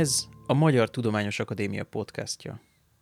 Ez a Magyar Tudományos Akadémia podcastja.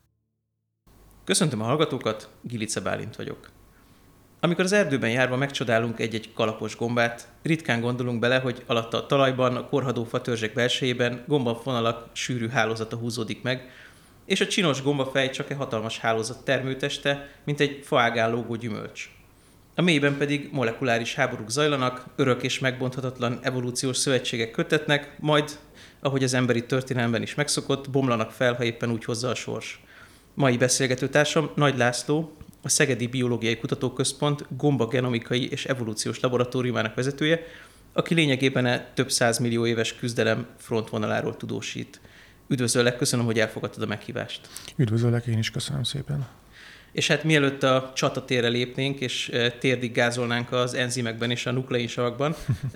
Köszöntöm a hallgatókat, Gilice Bálint vagyok. Amikor az erdőben járva megcsodálunk egy-egy kalapos gombát, ritkán gondolunk bele, hogy alatta a talajban, a korhadó fatörzsek belsejében gombafonalak sűrű hálózata húzódik meg, és a csinos gombafej csak egy hatalmas hálózat termőteste, mint egy faágán lógó gyümölcs. A mélyben pedig molekuláris háborúk zajlanak, örök és megbonthatatlan evolúciós szövetségek köttetnek, majd, ahogy az emberi történelemben is megszokott, bomlanak fel, ha éppen úgy hozza a sors. Mai beszélgetőtársam Nagy László, a Szegedi Biológiai Kutatóközpont gombagenomikai és evolúciós laboratóriumának vezetője, aki lényegében több 100 millió éves küzdelem frontvonaláról tudósít. Üdvözöllek, köszönöm, hogy elfogadtad a meghívást. Üdvözöllek, én is köszönöm szépen. És hát mielőtt a csatatérre lépnénk, és térdig gázolnánk az enzimekben és a nukleinsavakban,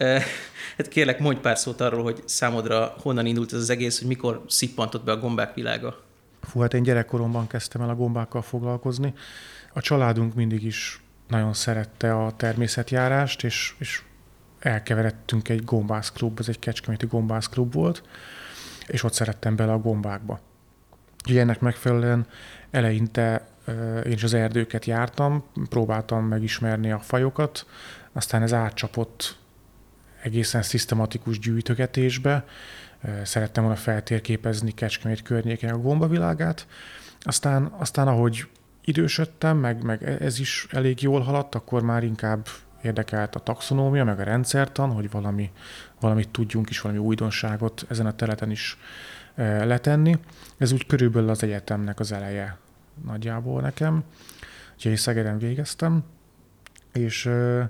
hát kérlek, mondj pár szót arról, hogy számodra honnan indult ez az egész, hogy mikor szippantott be a gombák világa. Hát én gyerekkoromban kezdtem el a gombákkal foglalkozni. A családunk mindig is nagyon szerette a természetjárást, és elkeveredtünk egy gombászklub, ez egy kecskeméti gombászklub volt, és ott szerettem bele a gombákba. Ugye ennek megfelelően eleinte én is az erdőket jártam, próbáltam megismerni a fajokat, aztán ez átcsapott egészen szisztematikus gyűjtögetésbe. Szerettem volna feltérképezni Kecskemét környékén a gombavilágát. Aztán ahogy idősödtem, meg ez is elég jól haladt, akkor már inkább érdekelt a taxonómia, meg a rendszertan, hogy valamit tudjunk is, valami újdonságot ezen a területen is letenni. Ez úgy körülbelül az egyetemnek az eleje nagyjából nekem. Úgyhogy én Szegeden végeztem, és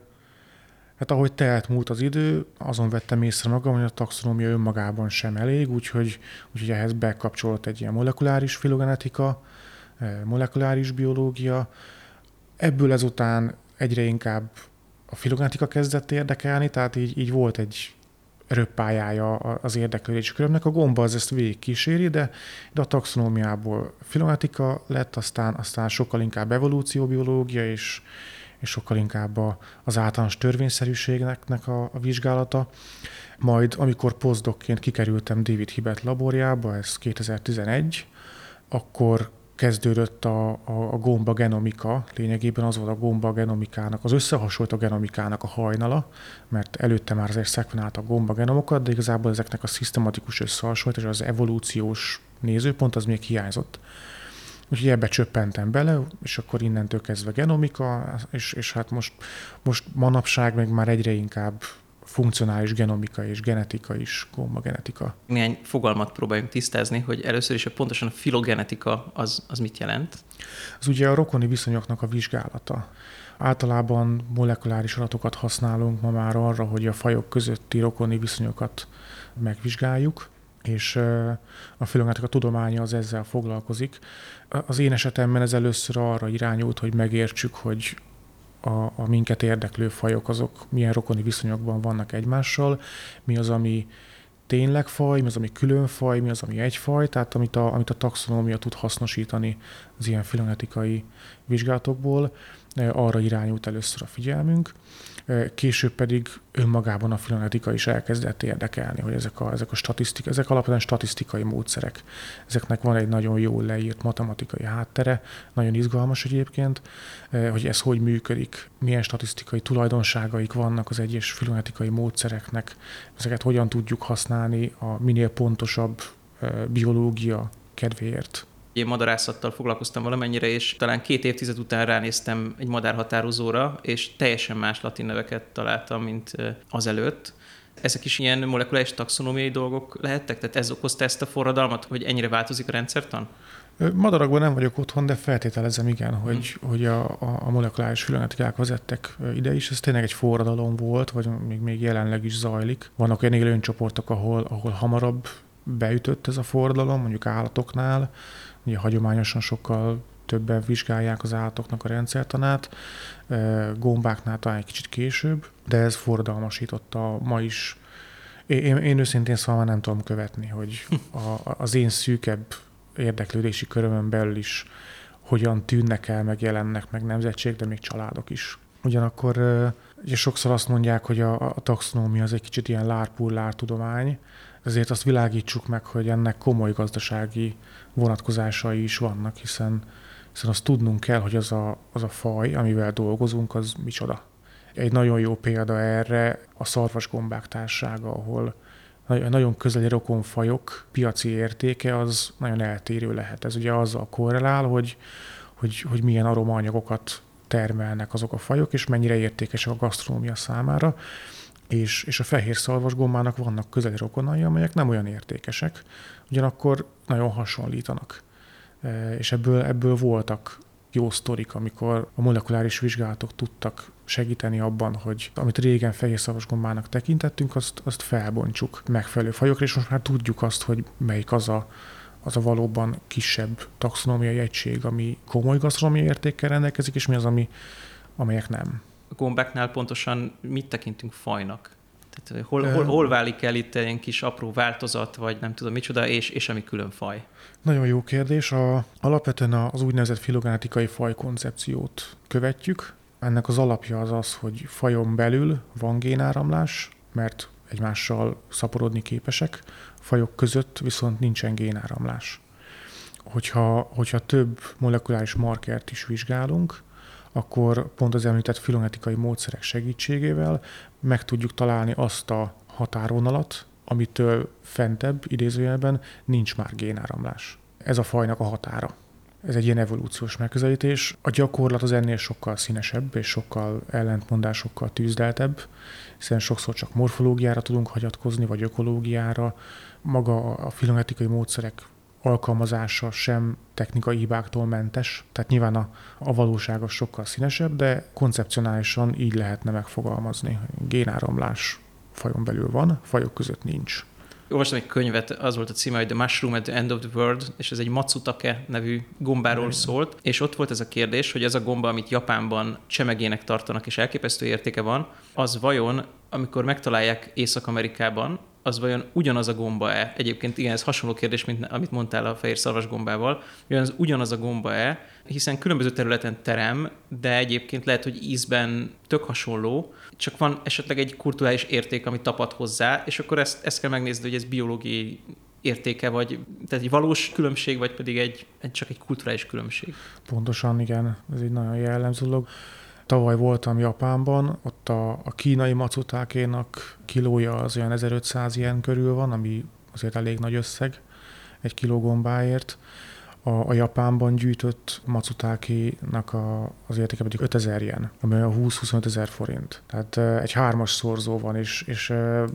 hát ahogy telt múlt az idő, azon vettem észre magam, hogy a taxonómia önmagában sem elég, úgyhogy ehhez bekapcsolódott egy ilyen molekuláris filogenetika, molekuláris biológia. Ebből ezután egyre inkább a filogenetika kezdett érdekelni, tehát így volt egy röppályája az érdeklődési körömnek. A gomba az ezt végigkíséri, de a taxonómiából filogenetika lett, aztán sokkal inkább evolúcióbiológia, és sokkal inkább az általános törvényszerűségnek a vizsgálata. Majd, amikor postdocként kikerültem David Hibbett laborjába, ez 2011, akkor kezdődött a gombagenomika, lényegében az volt a gombagenomikának, az összehasonlító genomikának a hajnala, mert előtte már azért szekvenáltak gombagenomokat, de igazából ezeknek a szisztematikus összehasonlítás, az evolúciós nézőpont, az még hiányzott. Úgyhogy ebbe csöppentem bele, és akkor innentől kezdve genomika, és hát most manapság meg már egyre inkább funkcionális genomika és genetika is, gombagenetika. Néhány fogalmat próbáljunk tisztázni, hogy először is pontosan a filogenetika az mit jelent? Az ugye a rokoni viszonyoknak a vizsgálata. Általában molekuláris adatokat használunk ma már arra, hogy a fajok közötti rokoni viszonyokat megvizsgáljuk, és a filogenetika tudománya az ezzel foglalkozik. Az én esetemben ez először arra irányult, hogy megértsük, hogy a minket érdeklő fajok azok milyen rokoni viszonyokban vannak egymással, mi az, ami tényleg faj, mi az, ami külön faj, mi az, ami egy faj, tehát amit a taxonómia tud hasznosítani az ilyen filogenetikai vizsgálatokból, arra irányult először a figyelmünk. Később pedig önmagában a filogenetika is elkezdett érdekelni, hogy ezek alapvetően statisztikai módszerek. Ezeknek van egy nagyon jól leírt matematikai háttere, nagyon izgalmas egyébként, hogy ez hogy működik, milyen statisztikai tulajdonságaik vannak az egyes filogenetikai módszereknek, ezeket hogyan tudjuk használni a minél pontosabb biológia kedvéért. Én madarászattal foglalkoztam valamennyire, és talán 2 évtized után ránéztem egy madárhatározóra, és teljesen más latin neveket találtam, mint azelőtt. Ezek is ilyen molekuláris taxonómiai dolgok lehettek? Tehát ez okozta ezt a forradalmat, hogy ennyire változik a rendszertan? Madarakban nem vagyok otthon, de feltételezem igen, hogy a molekuláris filogenetikák vezettek ide is. Ez tényleg egy forradalom volt, vagy még jelenleg is zajlik. Vannak olyan élőncsoportok, ahol hamarabb beütött ez a forradalom, mondjuk állatoknál. Ugye hagyományosan sokkal többen vizsgálják az állatoknak a rendszertanát, gombáknál talán egy kicsit később, de ez forradalmasította ma is. Én őszintén szóval már nem tudom követni, hogy az én szűkebb érdeklődési körömön belül is hogyan tűnnek el, meg jelennek, meg nemzetség, de még családok is. Ugyanakkor ugye sokszor azt mondják, hogy a taxonómia az egy kicsit ilyen lárpullár tudomány, Ezért azt világítsuk meg, hogy ennek komoly gazdasági vonatkozásai is vannak, hiszen azt tudnunk kell, hogy az a faj, amivel dolgozunk, az micsoda. Egy nagyon jó példa erre a szarvasgombák társasága, ahol nagyon közeli rokonfajok piaci értéke az nagyon eltérő lehet. Ez ugye azzal korrelál, hogy milyen aromaanyagokat termelnek azok a fajok, és mennyire értékesek a gasztronómia számára. És a fehér szarvasgombának vannak közeli rokonai, amelyek nem olyan értékesek, ugyanakkor nagyon hasonlítanak. És ebből voltak jó sztorik, amikor a molekuláris vizsgálatok tudtak segíteni abban, hogy amit régen fehér szarvasgombának tekintettünk, azt felbontsuk megfelelő fajokra, és most már tudjuk azt, hogy melyik az a valóban kisebb taxonómiai egység, ami komoly gasztronómiai értékkel rendelkezik, és mi az, amelyek nem. A gombáknál pontosan mit tekintünk fajnak? Tehát hol válik el itt ilyen kis apró változat, vagy nem tudom micsoda, és ami külön faj? Nagyon jó kérdés. Alapvetően az úgynevezett filogenetikai fajkoncepciót követjük. Ennek az alapja az, hogy fajon belül van génáramlás, mert egymással szaporodni képesek, fajok között viszont nincsen génáramlás. Hogyha több molekuláris markert is vizsgálunk, akkor pont az említett filogenetikai módszerek segítségével meg tudjuk találni azt a határvonalat, amitől fentebb, idézőjelben nincs már génáramlás. Ez a fajnak a határa. Ez egy ilyen evolúciós megközelítés. A gyakorlat az ennél sokkal színesebb, és sokkal ellentmondásokkal tűzdeltebb, hiszen sokszor csak morfológiára tudunk hagyatkozni, vagy ökológiára. Maga a filogenetikai módszerek alkalmazása sem technikai hibáktól mentes, tehát nyilván a valóság az sokkal színesebb, de koncepcionálisan így lehetne megfogalmazni. Génáramlás fajon belül van, fajok között nincs. Olvastam egy könyvet, az volt a címe, hogy The Mushroom at the End of the World, és ez egy Matsutake nevű gombáról szólt, és ott volt ez a kérdés, hogy ez a gomba, amit Japánban csemegének tartanak, és elképesztő értéke van, az vajon, amikor megtalálják Észak-Amerikában, az vajon ugyanaz a gomba-e? Egyébként igen, ez hasonló kérdés, mint amit mondtál a fehér szarvas gombával. Ugyanaz a gomba-e, hiszen különböző területen terem, de egyébként lehet, hogy ízben tök hasonló, csak van esetleg egy kulturális érték, ami tapad hozzá, és akkor ezt kell megnézni, hogy ez biológiai értéke, vagy tehát egy valós különbség, vagy pedig csak egy kulturális különbség. Pontosan, igen, ez egy nagyon jellemző dolog. Tavaly voltam Japánban, ott a kínai matsutakénak kilója az olyan 1500 yen körül van, ami azért elég nagy összeg egy kiló gombáért. A Japánban gyűjtött matsutakénak az értéke pedig 5000 yen, ami a 20-25 ezer forint. Tehát egy 3-as szorzó van, és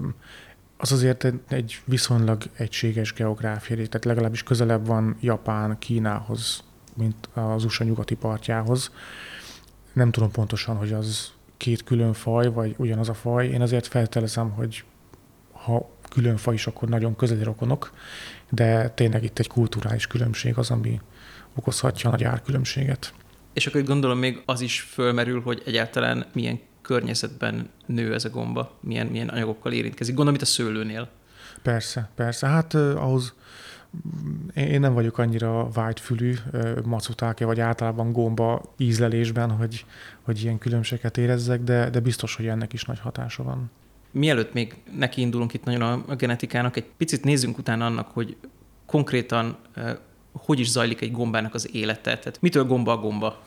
az azért egy viszonylag egységes geográfia, tehát legalábbis közelebb van Japán Kínához, mint az USA nyugati partjához. Nem tudom pontosan, hogy az két külön faj, vagy ugyanaz a faj. Én azért feltételezem, hogy ha külön faj is, akkor nagyon közeli rokonok, de tényleg itt egy kulturális különbség az, ami okozhatja a nagy árkülönbséget. És akkor gondolom még az is fölmerül, hogy egyáltalán milyen környezetben nő ez a gomba, milyen anyagokkal érintkezik. Gondolom itt a szőlőnél. Persze. Hát ahhoz én nem vagyok annyira vágyfülű matsutake, vagy általában gomba ízlelésben, hogy ilyen különbséget érezzek, de biztos, hogy ennek is nagy hatása van. Mielőtt még nekiindulunk itt nagyon a genetikának, egy picit nézzünk utána annak, hogy konkrétan hogy is zajlik egy gombának az élete. Tehát mitől gomba a gomba?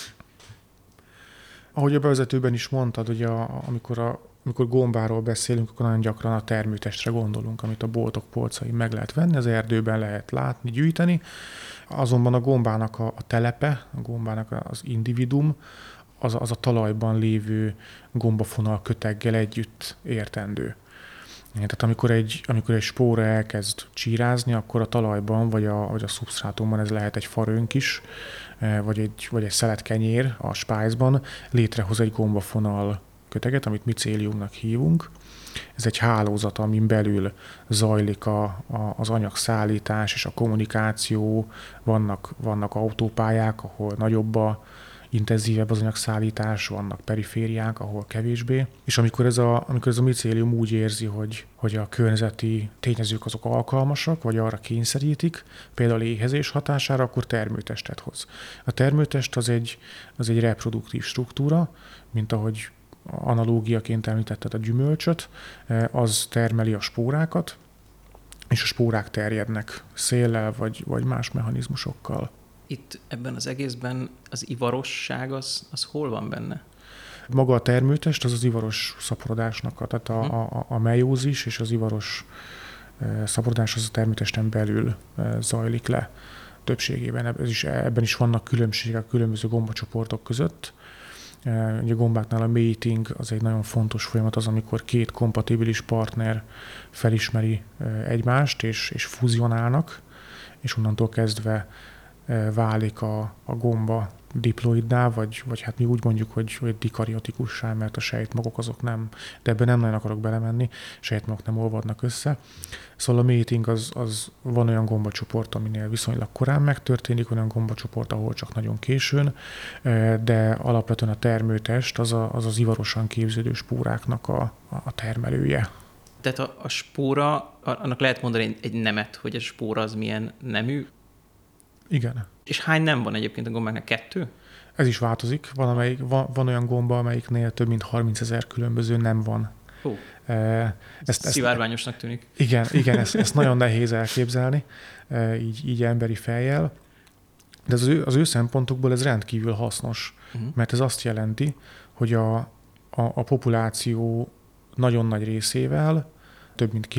Ahogy a bevezetőben is mondtad, hogy amikor gombáról beszélünk, akkor nagyon gyakran a termőtestre gondolunk, amit a boltok polcain meg lehet venni, az erdőben lehet látni, gyűjteni. Azonban a gombának a telepe, a gombának az individuum, az a talajban lévő gombafonal köteggel együtt értendő. Tehát amikor egy spóra elkezd csírázni, akkor a talajban vagy a szubsztrátumban, ez lehet egy farönk is, vagy egy szelet kenyér a spájzban, létrehoz egy gombafonal köteget, amit micéliumnak hívunk. Ez egy hálózat, amin belül zajlik az anyagszállítás és a kommunikáció, vannak autópályák, ahol intenzívebb az anyagszállítás, vannak perifériák, ahol kevésbé. És amikor ez a micélium úgy érzi, hogy a környezeti tényezők azok alkalmasak, vagy arra kényszerítik, például éhezés hatására, akkor termőtestet hoz. A termőtest az egy reproduktív struktúra, mint ahogy analógiaként említetted a gyümölcsöt, az termeli a spórákat, és a spórák terjednek széllel vagy más mechanizmusokkal. Itt ebben az egészben az ivarosság az hol van benne? Maga a termőtest az ivaros szaporodásnak, tehát a meiózis és az ivaros szaporodás az a termőtesten belül zajlik le többségében. Ebben is vannak különbségek a különböző gombacsoportok között. Ugye a gombáknál a mating az egy nagyon fontos folyamat, az, amikor két kompatibilis partner felismeri egymást, és fúzionálnak, és onnantól kezdve válik a gomba diploiddá, vagy hát mi úgy mondjuk, hogy dikariotikussá, mert a sejtmagok azok nem, de ebben nem nagyon akarok belemenni, sejtmagok nem olvadnak össze. Szóval a mating az van olyan gombacsoport, aminél viszonylag korán megtörténik, olyan gombacsoport, ahol csak nagyon későn, de alapvetően a termőtest az ivarosan képződő spóráknak a termelője. Tehát a spóra, annak lehet mondani egy nemet, hogy a spóra az milyen nemű? Igen. És hány nem van egyébként a gombáknak? 2? Ez is változik. Van olyan gomba, amelyiknél több mint 30 000 különböző nem van. Ezt szivárványosnak tűnik. Igen, ezt nagyon nehéz elképzelni, így emberi fejjel. De az ő szempontokból ez rendkívül hasznos, mert ez azt jelenti, hogy a populáció nagyon nagy részével, több mint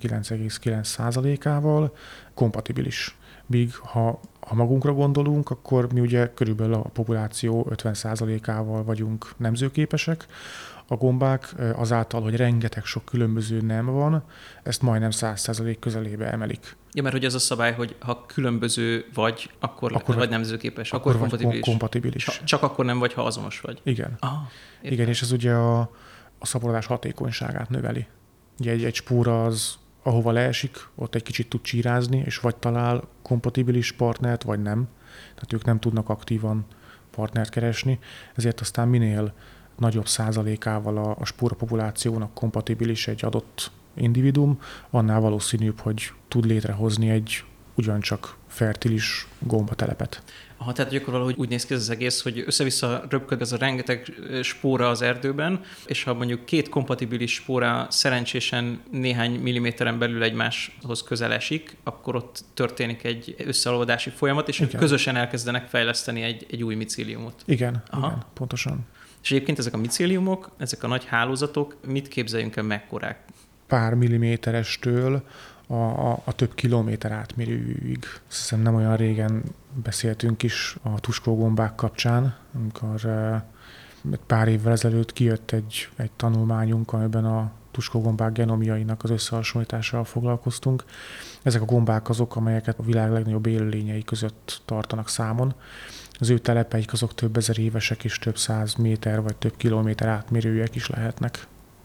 99,9%-ával kompatibilis. Míg ha magunkra gondolunk, akkor mi ugye körülbelül a populáció 50%-ával vagyunk nemzőképesek. A gombák azáltal, hogy rengeteg sok különböző nem van, ezt majdnem 100% közelébe emelik. Ja, mert hogy az a szabály, hogy ha különböző vagy, akkor vagy nemzőképes, akkor kompatibilis. Csak akkor nem vagy, ha azonos vagy. Igen. Igen, és ez ugye a szaporodás hatékonyságát növeli. Ugye egy spóra az, ahova leesik, ott egy kicsit tud csírázni, és vagy talál kompatibilis partnert, vagy nem. Tehát ők nem tudnak aktívan partnert keresni, ezért aztán minél nagyobb százalékával a spóra populációnak kompatibilis egy adott individuum, annál valószínűbb, hogy tud létrehozni egy ugyancsak fertilis gombatelepet. Aha, tehát akkor valahogy úgy néz ki ez az egész, hogy össze-vissza röpköd ez a rengeteg spóra az erdőben, és ha mondjuk két kompatibilis spóra szerencsésen néhány milliméteren belül egymáshoz közel esik, akkor ott történik egy összeolvadási folyamat, és ők közösen elkezdenek fejleszteni egy új micéliumot. Igen, pontosan. És egyébként ezek a micéliumok, ezek a nagy hálózatok, mit képzeljünk el mekkorák? Pár milliméterestől a több kilométer átmérőjűig. Hiszem nem olyan régen beszéltünk is a tuskógombák kapcsán, amikor pár évvel ezelőtt kijött egy tanulmányunk, amiben a tuskógombák genomjainak az összehasonlítással foglalkoztunk. Ezek a gombák azok, amelyeket a világ legnagyobb élőlényei között tartanak számon. Az ő telepeik azok több ezer évesek és több 100 méter vagy több kilométer átmérőjűek is lehetnek.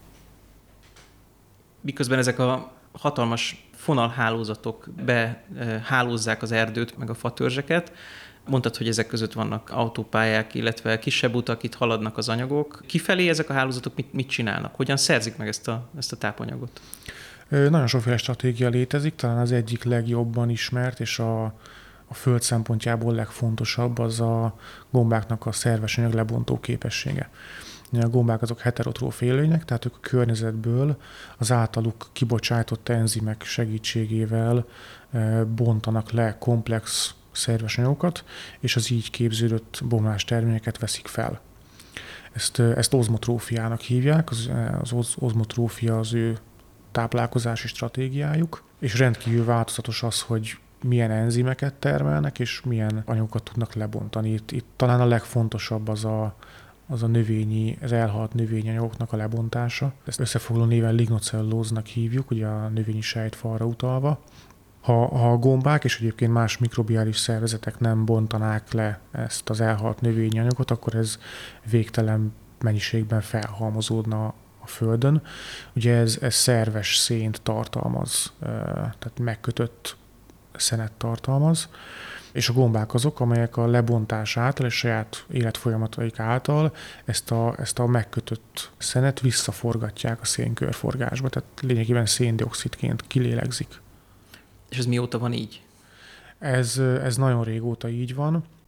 Miközben ezek a hatalmas fonalhálózatok behálózzák az erdőt, meg a fatörzseket. Mondtad, hogy ezek között vannak autópályák, illetve kisebb utak, itt haladnak az anyagok. Kifelé ezek a hálózatok mit csinálnak? Hogyan szerzik meg ezt a tápanyagot? Nagyon sokféle stratégia létezik, talán az egyik legjobban ismert, és a föld szempontjából legfontosabb az a gombáknak a szerves anyag lebontó képessége. A gombák azok heterotróf élőlények, tehát ők a környezetből az általuk kibocsátott enzimek segítségével bontanak le komplex szerves anyagokat, és az így képződött bomlás terményeket veszik fel. Ezt ozmotrófiának hívják, az ozmotrófia az ő táplálkozási stratégiájuk, és rendkívül változatos az, hogy milyen enzimeket termelnek, és milyen anyagokat tudnak lebontani. Itt talán a legfontosabb az elhalt növényi anyagoknak a lebontása. Ezt összefoglaló néven lignocellulóznak hívjuk, ugye a növényi sejtfalra utalva. Ha a gombák és egyébként más mikrobiális szervezetek nem bontanák le ezt az elhalt növényi anyagot, akkor ez végtelen mennyiségben felhalmozódna a földön. Ugye ez szerves szént tartalmaz, tehát megkötött szenet tartalmaz, és a gombák azok, amelyek a lebontás által és saját életfolyamataik által ezt a megkötött szenet visszaforgatják a szénkörforgásba, tehát lényegében széndioxidként kilélegzik. És ez mióta van így? Ez nagyon régóta így van.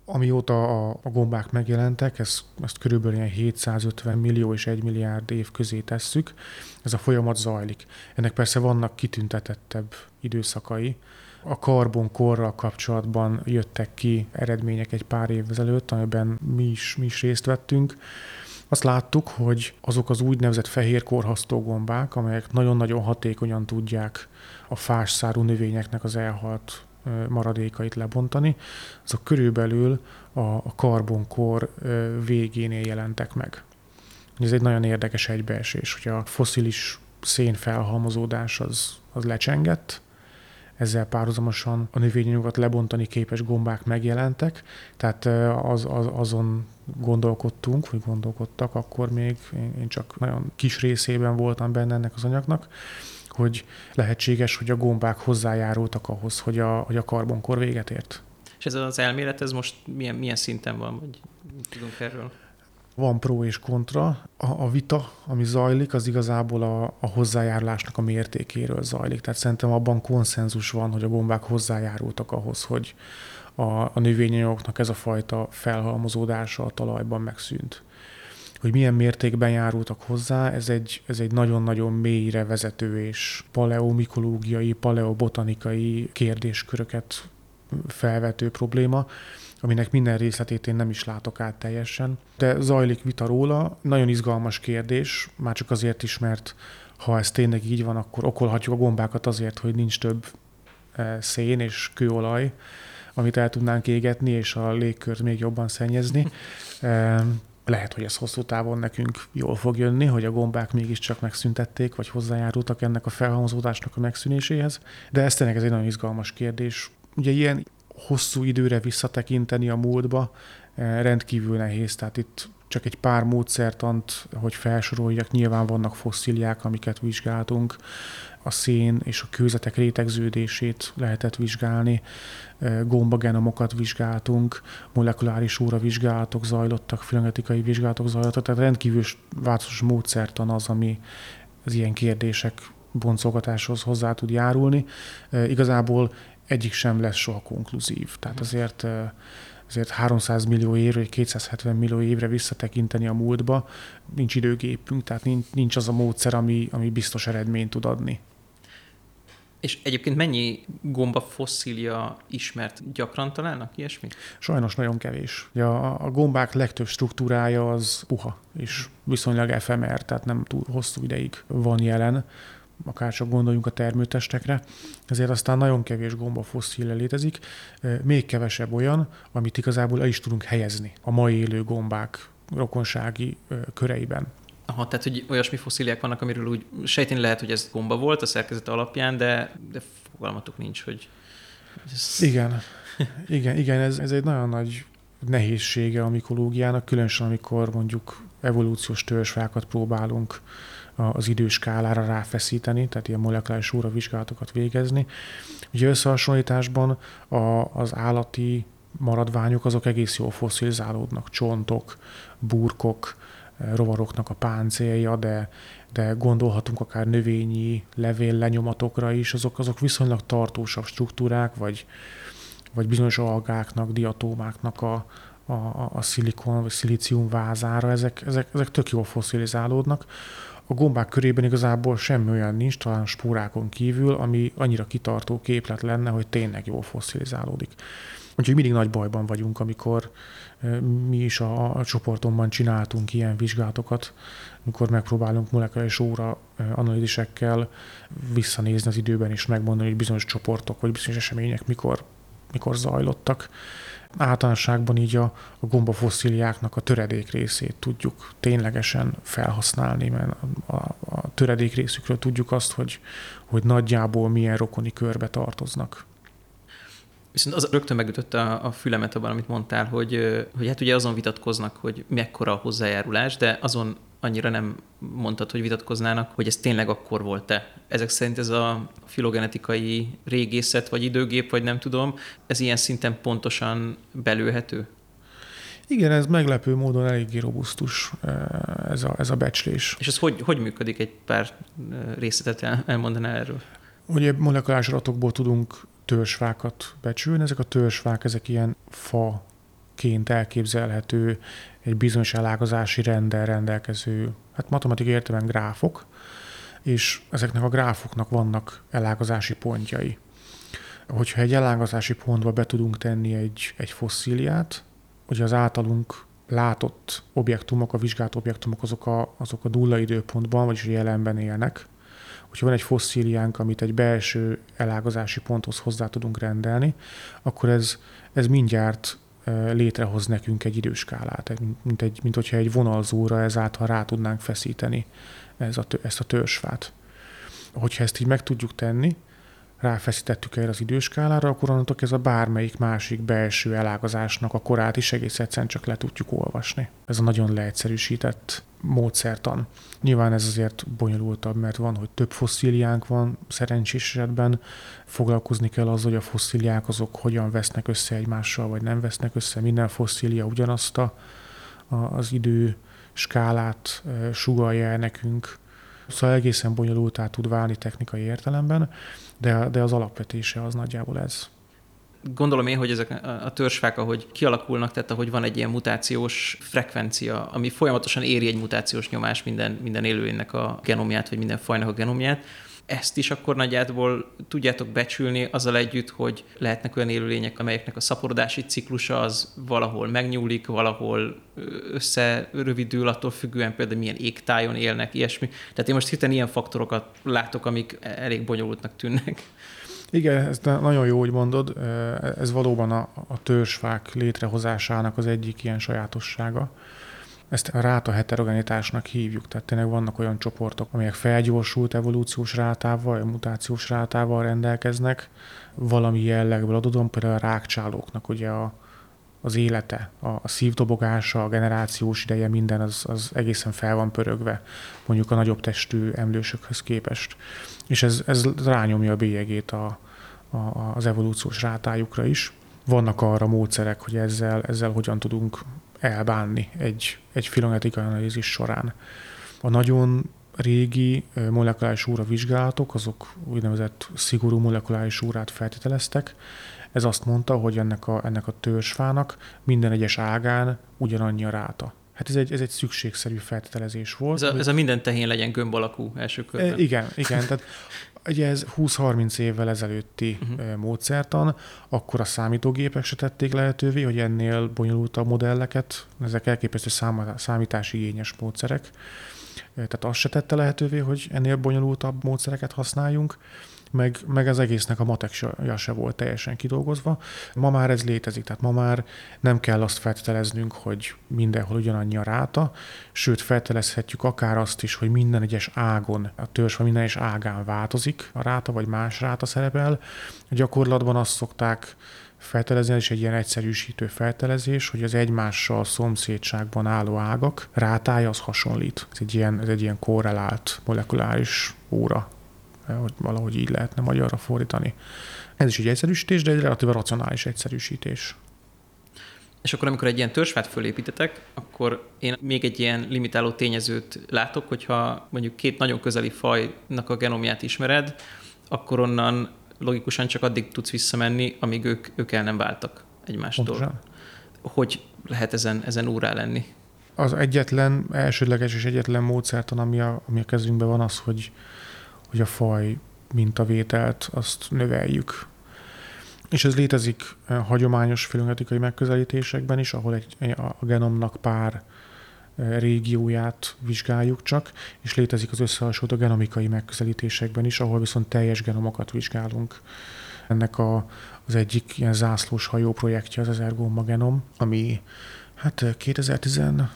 Amióta a gombák megjelentek, ezt körülbelül ilyen 750 millió és 1 milliárd év közé tesszük, ez a folyamat zajlik. Ennek persze vannak kitüntetettebb időszakai. A karbonkorral kapcsolatban jöttek ki eredmények egy pár évvel ezelőtt, amiben mi is részt vettünk. Azt láttuk, hogy azok az úgynevezett fehérkorhasztó gombák, amelyek nagyon-nagyon hatékonyan tudják a fásszárú növényeknek az elhalt maradékait lebontani, azok körülbelül a karbonkor végénél jelentek meg. Ez egy nagyon érdekes egybeesés, hogy a fosszilis szénfelhalmozódás az lecsengett, ezzel párhuzamosan a növényanyagokat lebontani képes gombák megjelentek, tehát azon gondolkodtak, akkor még én csak nagyon kis részében voltam benne ennek az anyagnak, hogy lehetséges, hogy a gombák hozzájárultak ahhoz, hogy a karbonkor véget ért. És ez az elmélet, ez most milyen szinten van, vagy tudunk erről? Van pro és kontra. A vita, ami zajlik, az igazából a hozzájárulásnak a mértékéről zajlik. Tehát szerintem abban konszenzus van, hogy a gombák hozzájárultak ahhoz, hogy a növényanyagoknak ez a fajta felhalmozódása a talajban megszűnt. Hogy milyen mértékben járultak hozzá, ez egy nagyon-nagyon mélyre vezető és paleomikológiai, paleobotanikai kérdésköröket felvető probléma, aminek minden részletét én nem is látok át teljesen. De zajlik vita róla, nagyon izgalmas kérdés, már csak azért is, mert ha ez tényleg így van, akkor okolhatjuk a gombákat azért, hogy nincs több szén és kőolaj, amit el tudnánk égetni, és a légkört még jobban szennyezni. Lehet, hogy ez hosszú távon nekünk jól fog jönni, hogy a gombák mégiscsak megszüntették, vagy hozzájárultak ennek a felhalmozódásnak a megszűnéséhez. De ez tényleg egy nagyon izgalmas kérdés. Ugye ilyen hosszú időre visszatekinteni a múltba rendkívül nehéz, tehát itt csak egy pár módszertant, hogy felsoroljak, nyilván vannak fosszíliák, amiket vizsgáltunk, a szén és a kőzetek rétegződését lehetett vizsgálni, gombagenomokat vizsgáltunk, molekuláris óravizsgálatok zajlottak, filogenetikai vizsgálatok zajlottak, tehát rendkívül változatos módszertan az, ami az ilyen kérdések boncolgatáshoz hozzá tud járulni. Igazából egyik sem lesz soha konkluzív. Tehát azért 300 millió évre, vagy 270 millió évre visszatekinteni a múltba, nincs időgépünk, tehát nincs az a módszer, ami biztos eredményt tud adni. És egyébként mennyi gomba fosszília ismert? Gyakran találnak ilyesmit? Sajnos nagyon kevés. A gombák legtöbb struktúrája az puha, és viszonylag efemer, tehát nem túl hosszú ideig van jelen, akár csak gondoljunk a termőtestekre, ezért aztán nagyon kevés gomba fosszília létezik, még kevesebb olyan, amit igazából el is tudunk helyezni a mai élő gombák rokonsági köreiben. Aha, tehát hogy olyasmi fosszíliák vannak, amiről úgy sejteni lehet, hogy ez gomba volt a szerkezet alapján, de fogalmatok nincs, hogy... Igen, ez egy nagyon nagy nehézsége a mikológiának, különösen amikor mondjuk evolúciós törzsfákat próbálunk az időskálára ráfeszíteni, tehát ilyen molekuláris óravizsgálatokat végezni. Ugye összehasonlításban az állati maradványok azok egész jól fosszilizálódnak, csontok, burkok, rovaroknak a páncélja, de gondolhatunk akár növényi levéllenyomatokra is, azok viszonylag tartósabb struktúrák, vagy bizonyos algáknak, diatómáknak a szilikon vagy szilícium vázára, ezek tök jól fosszilizálódnak. A gombák körében igazából semmi olyan nincs, talán spórákon kívül, ami annyira kitartó képlet lenne, hogy tényleg jól fosszilizálódik. Úgyhogy mindig nagy bajban vagyunk, amikor mi is a csoportomban csináltunk ilyen vizsgálatokat, amikor megpróbálunk molekuláris óra analízisekkel visszanézni az időben és megmondani, hogy bizonyos csoportok vagy bizonyos események mikor zajlottak. Általánosságban így a gombafosszíliáknak a töredék részét tudjuk ténylegesen felhasználni, mert a töredék részükről tudjuk azt, hogy nagyjából milyen rokoni körbe tartoznak. Viszont az rögtön megütött a fülemet abban, amit mondtál, hogy hát ugye azon vitatkoznak, hogy mekkora a hozzájárulás, de azon annyira nem mondtad, hogy vitatkoznának, hogy ez tényleg akkor volt-e. Ezek szerint ez a filogenetikai régészet, vagy időgép, vagy nem tudom, ez ilyen szinten pontosan belőhető? Igen, ez meglepő módon eléggé robusztus, ez a becslés. És ez hogy működik? Egy pár részletet elmondanál erről? Ugye molekuláris adatokból tudunk törzsfákat becsülni. Ezek a törzsfák, ezek ilyen fa gráfként elképzelhető egy bizonyos elágazási renddel rendelkező, hát matematikai értelemben gráfok, és ezeknek a gráfoknak vannak elágazási pontjai. Hogyha egy elágazási pontba be tudunk tenni egy fosszíliát, ugye az általunk látott objektumok, a vizsgált objektumok azok a nulla időpontban, vagyis a jelenben élnek. Hogyha van egy fosszíliánk, amit egy belső elágazási ponthoz hozzá tudunk rendelni, akkor ez mindjárt létrehoz nekünk egy időskálát, mint hogyha egy vonalzóra ezáltal rá tudnánk feszíteni ezt a törzsfát. Hogyha ezt így meg tudjuk tenni, ráfeszítettük erre az időskálára, akkor onnantól ez a bármelyik másik belső elágazásnak a korát is egész egyszerűen csak le tudjuk olvasni. Ez a nagyon leegyszerűsített módszertan. Nyilván ez azért bonyolultabb, mert van, hogy több fosszíliánk van, szerencsés esetben foglalkozni kell azzal, hogy a fosszíliák azok hogyan vesznek össze egymással, vagy nem vesznek össze. Minden fosszília ugyanazt az időskálát sugallja el nekünk. Szóval egészen bonyolultá tud válni technikai értelemben, de az alapvetése az nagyjából ez. Gondolom én, hogy ezek a törzsfák, ahogy kialakulnak, tehát ahogy van egy ilyen mutációs frekvencia, ami folyamatosan éri egy mutációs nyomás minden élőlénynek a genomját, vagy minden fajnak a genomját, ezt is akkor nagyjából tudjátok becsülni azzal együtt, hogy lehetnek olyan élőlények, amelyeknek a szaporodási ciklusa az valahol megnyúlik, valahol összerövidül, attól függően például milyen égtájon élnek, ilyesmi. Tehát én most hirtelen ilyen faktorokat látok, amik elég bonyolultnak tűnnek. Igen, ez nagyon jó, hogy mondod. Ez valóban a törzsfák létrehozásának az egyik ilyen sajátossága. Ezt a ráta heterogenitásnak hívjuk, tehát tényleg vannak olyan csoportok, amelyek felgyorsult evolúciós rátával, mutációs rátával rendelkeznek. Valami jellegből adódóan, például a rákcsálóknak ugye az élete, a szívdobogása, a generációs ideje, minden az egészen fel van pörögve, mondjuk a nagyobb testű emlősökhöz képest. És ez rányomja a bélyegét az evolúciós rátájukra is. Vannak arra módszerek, hogy ezzel hogyan tudunk elbánni egy filogenetikai analízis során. A nagyon régi molekuláris óra vizsgálatok, azok úgynevezett szigorú molekuláris órát feltételeztek. Ez azt mondta, hogy ennek a törzsfának minden egyes ágán ugyanannyi a ráta. Hát ez egy szükségszerű feltételezés volt. Ez a minden tehén legyen gömb alakú első körben. Igen. Tehát ugye ez 20-30 évvel ezelőtti módszertan, akkor a számítógépek se tették lehetővé, hogy ennél bonyolultabb modelleket, ezek elképesztő számítási igényes módszerek, tehát azt se tette lehetővé, hogy ennél bonyolultabb módszereket használjunk, meg az egésznek a matekja se volt teljesen kidolgozva. Ma már ez létezik, tehát ma már nem kell azt feltételeznünk, hogy mindenhol ugyanannyi a ráta, sőt feltételezhetjük akár azt is, hogy minden egyes ágon, a törzsfa minden egyes ágán változik a ráta, vagy más ráta szerepel. A gyakorlatban azt szokták feltelezni, ez is egy ilyen egyszerűsítő feltelezés, hogy az egymással szomszédságban álló ágak rátája az hasonlít. Ez egy ilyen korrelált molekuláris óra, hogy valahogy így lehetne magyarra fordítani. Ez is egy egyszerűsítés, de egy relatíve racionális egyszerűsítés. És akkor, amikor egy ilyen törzsfát fölépítetek, akkor én még egy ilyen limitáló tényezőt látok, hogyha mondjuk két nagyon közeli fajnak a genomját ismered, akkor onnan logikusan csak addig tudsz visszamenni, amíg ők el nem váltak egymástól. Pontosan. Hogy lehet ezen órá lenni? Az egyetlen, elsődleges és egyetlen módszertan, ami a kezünkben van, az, hogy a faj mintavételt azt növeljük. És ez létezik hagyományos filogenetikai megközelítésekben is, ahol a genomnak pár régióját vizsgáljuk csak, és létezik az összehasonlító genomikai megközelítésekben is, ahol viszont teljes genomokat vizsgálunk. Ennek az egyik ilyen zászlós hajó projektje az 1000 gomba genom, ami 2013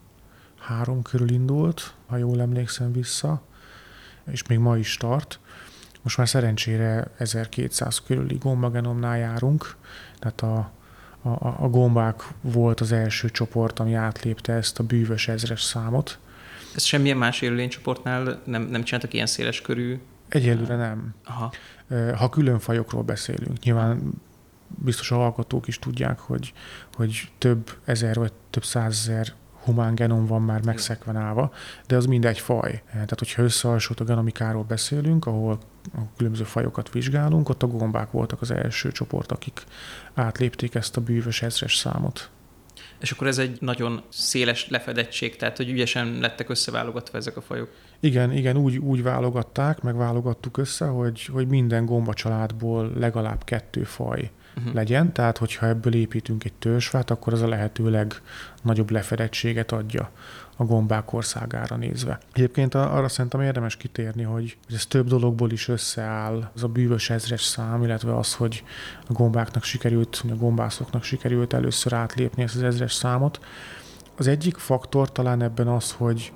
körül indult, ha jól emlékszem vissza, és még ma is tart. Most már szerencsére 1200 körüli gombagenomnál járunk, tehát a gombák volt az első csoport, ami átlépte ezt a bűvös 1000-es számot. Ez semmilyen más élőlénycsoportnál nem csináltak ilyen széles körű? Egyelőre nem. Aha. Ha külön fajokról beszélünk, nyilván biztos a hallgatók is tudják, hogy több ezer vagy több százezer humán genom van már megszekvenálva, de az mindegy faj. Tehát, hogyha összehasonlító genomikáról beszélünk, ahol a különböző fajokat vizsgálunk, ott a gombák voltak az első csoport, akik átlépték ezt a bűvös 1000-es számot. És akkor ez egy nagyon széles lefedettség, tehát hogy ügyesen lettek összeválogatva ezek a fajok. Igen, úgy válogatták, meg válogattuk össze, hogy minden gombacsaládból legalább 2 faj legyen, tehát hogyha ebből építünk egy törzsfát, akkor az a lehető legnagyobb lefedettséget adja a gombák országára nézve. Egyébként arra szerintem érdemes kitérni, hogy ez több dologból is összeáll, az a bűvös ezres szám, illetve az, hogy a gombáknak sikerült, a gombászoknak sikerült először átlépni ezt az ezres számot. Az egyik faktor talán ebben az, hogy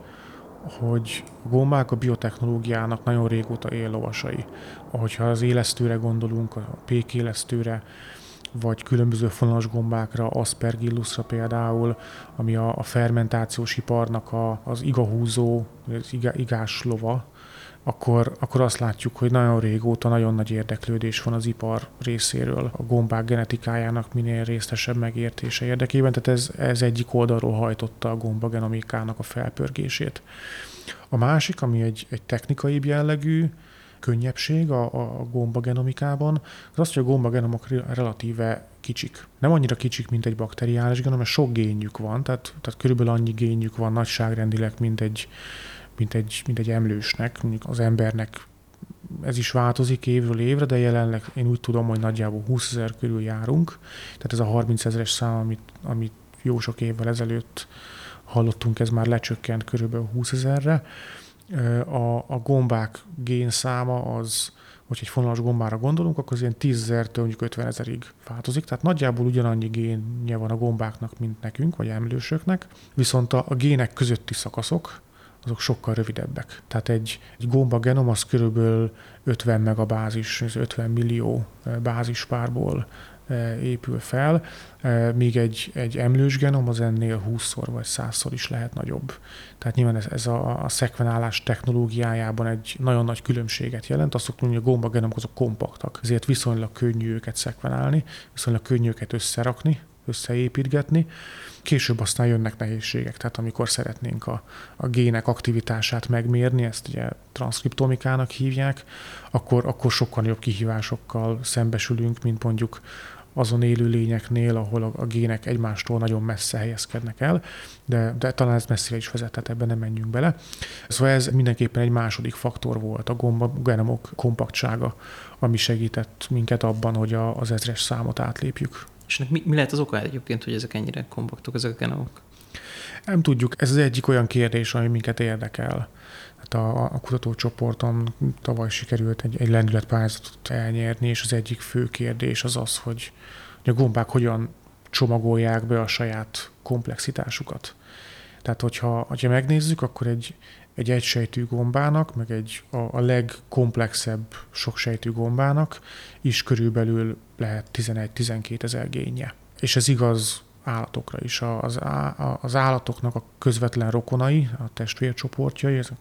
a gombák a biotechnológiának nagyon régóta éllovasai. Ahogyha az élesztőre gondolunk, a pékélesztőre, vagy különböző fonalas gombákra, Aspergillusra például, ami a fermentációs iparnak az igahúzó, az igás lova, akkor azt látjuk, hogy nagyon régóta nagyon nagy érdeklődés van az ipar részéről a gombák genetikájának minél részletesebb megértése érdekében, tehát ez egyik oldalról hajtotta a gombagenomikának a felpörgését. A másik, ami egy technikai jellegű könnyebbség a gombagenomikában, az az, hogy a gombagenomok relatíve kicsik. Nem annyira kicsik, mint egy bakteriális genom, mert sok génjük van, tehát körülbelül annyi génjük van nagyságrendileg, mint egy emlősnek, mondjuk az embernek ez is változik évről évre, de jelenleg én úgy tudom, hogy nagyjából 20 000 körül járunk, tehát ez a 30 000-es szám, amit jó sok évvel ezelőtt hallottunk, ez már lecsökkent körülbelül 20 000-re. A gombák génszáma az, hogy egy fonalas gombára gondolunk, akkor az ilyen 10 000-től mondjuk 50 000-ig változik, tehát nagyjából ugyanannyi génje van a gombáknak, mint nekünk, vagy emlősöknek, viszont a gének közötti szakaszok, azok sokkal rövidebbek. Tehát egy gomba genom az körülbelül 50 megabázis, 50 millió bázispárból épül fel, míg egy emlős genom az ennél 20-szor vagy 100-szor is lehet nagyobb. Tehát nyilván ez a szekvenálás technológiájában egy nagyon nagy különbséget jelent. Azt szoktuk mondani, hogy a gombagenomok azok kompaktak, ezért viszonylag könnyű őket szekvenálni, viszonylag könnyű őket összerakni, összeépítgetni. Később aztán jönnek nehézségek, tehát amikor szeretnénk a gének aktivitását megmérni, ezt ugye transzkriptomikának hívják, akkor sokkal jobb kihívásokkal szembesülünk, mint mondjuk azon élőlényeknél, ahol a gének egymástól nagyon messze helyezkednek el, de talán ez messzire is vezet, tehát ebben nem menjünk bele. Szóval ez mindenképpen egy második faktor volt, a gombagenomok kompaktsága, ami segített minket abban, hogy az ezres számot átlépjük. És ennek mi lehet az oka egyébként, hogy ezek ennyire kompaktok, ezek a genomok? Nem tudjuk. Ez az egyik olyan kérdés, ami minket érdekel. Hát a kutatócsoporton tavaly sikerült egy lendületpályázatot elnyerni, és az egyik fő kérdés az, hogy a gombák hogyan csomagolják be a saját komplexitásukat. Tehát, hogyha megnézzük, akkor egy egysejtű gombának, meg a legkomplexebb soksejtű gombának is körülbelül lehet 11-12 000 génje. És ez igaz állatokra is. Az állatoknak a közvetlen rokonai, a testvércsoportjai, ezek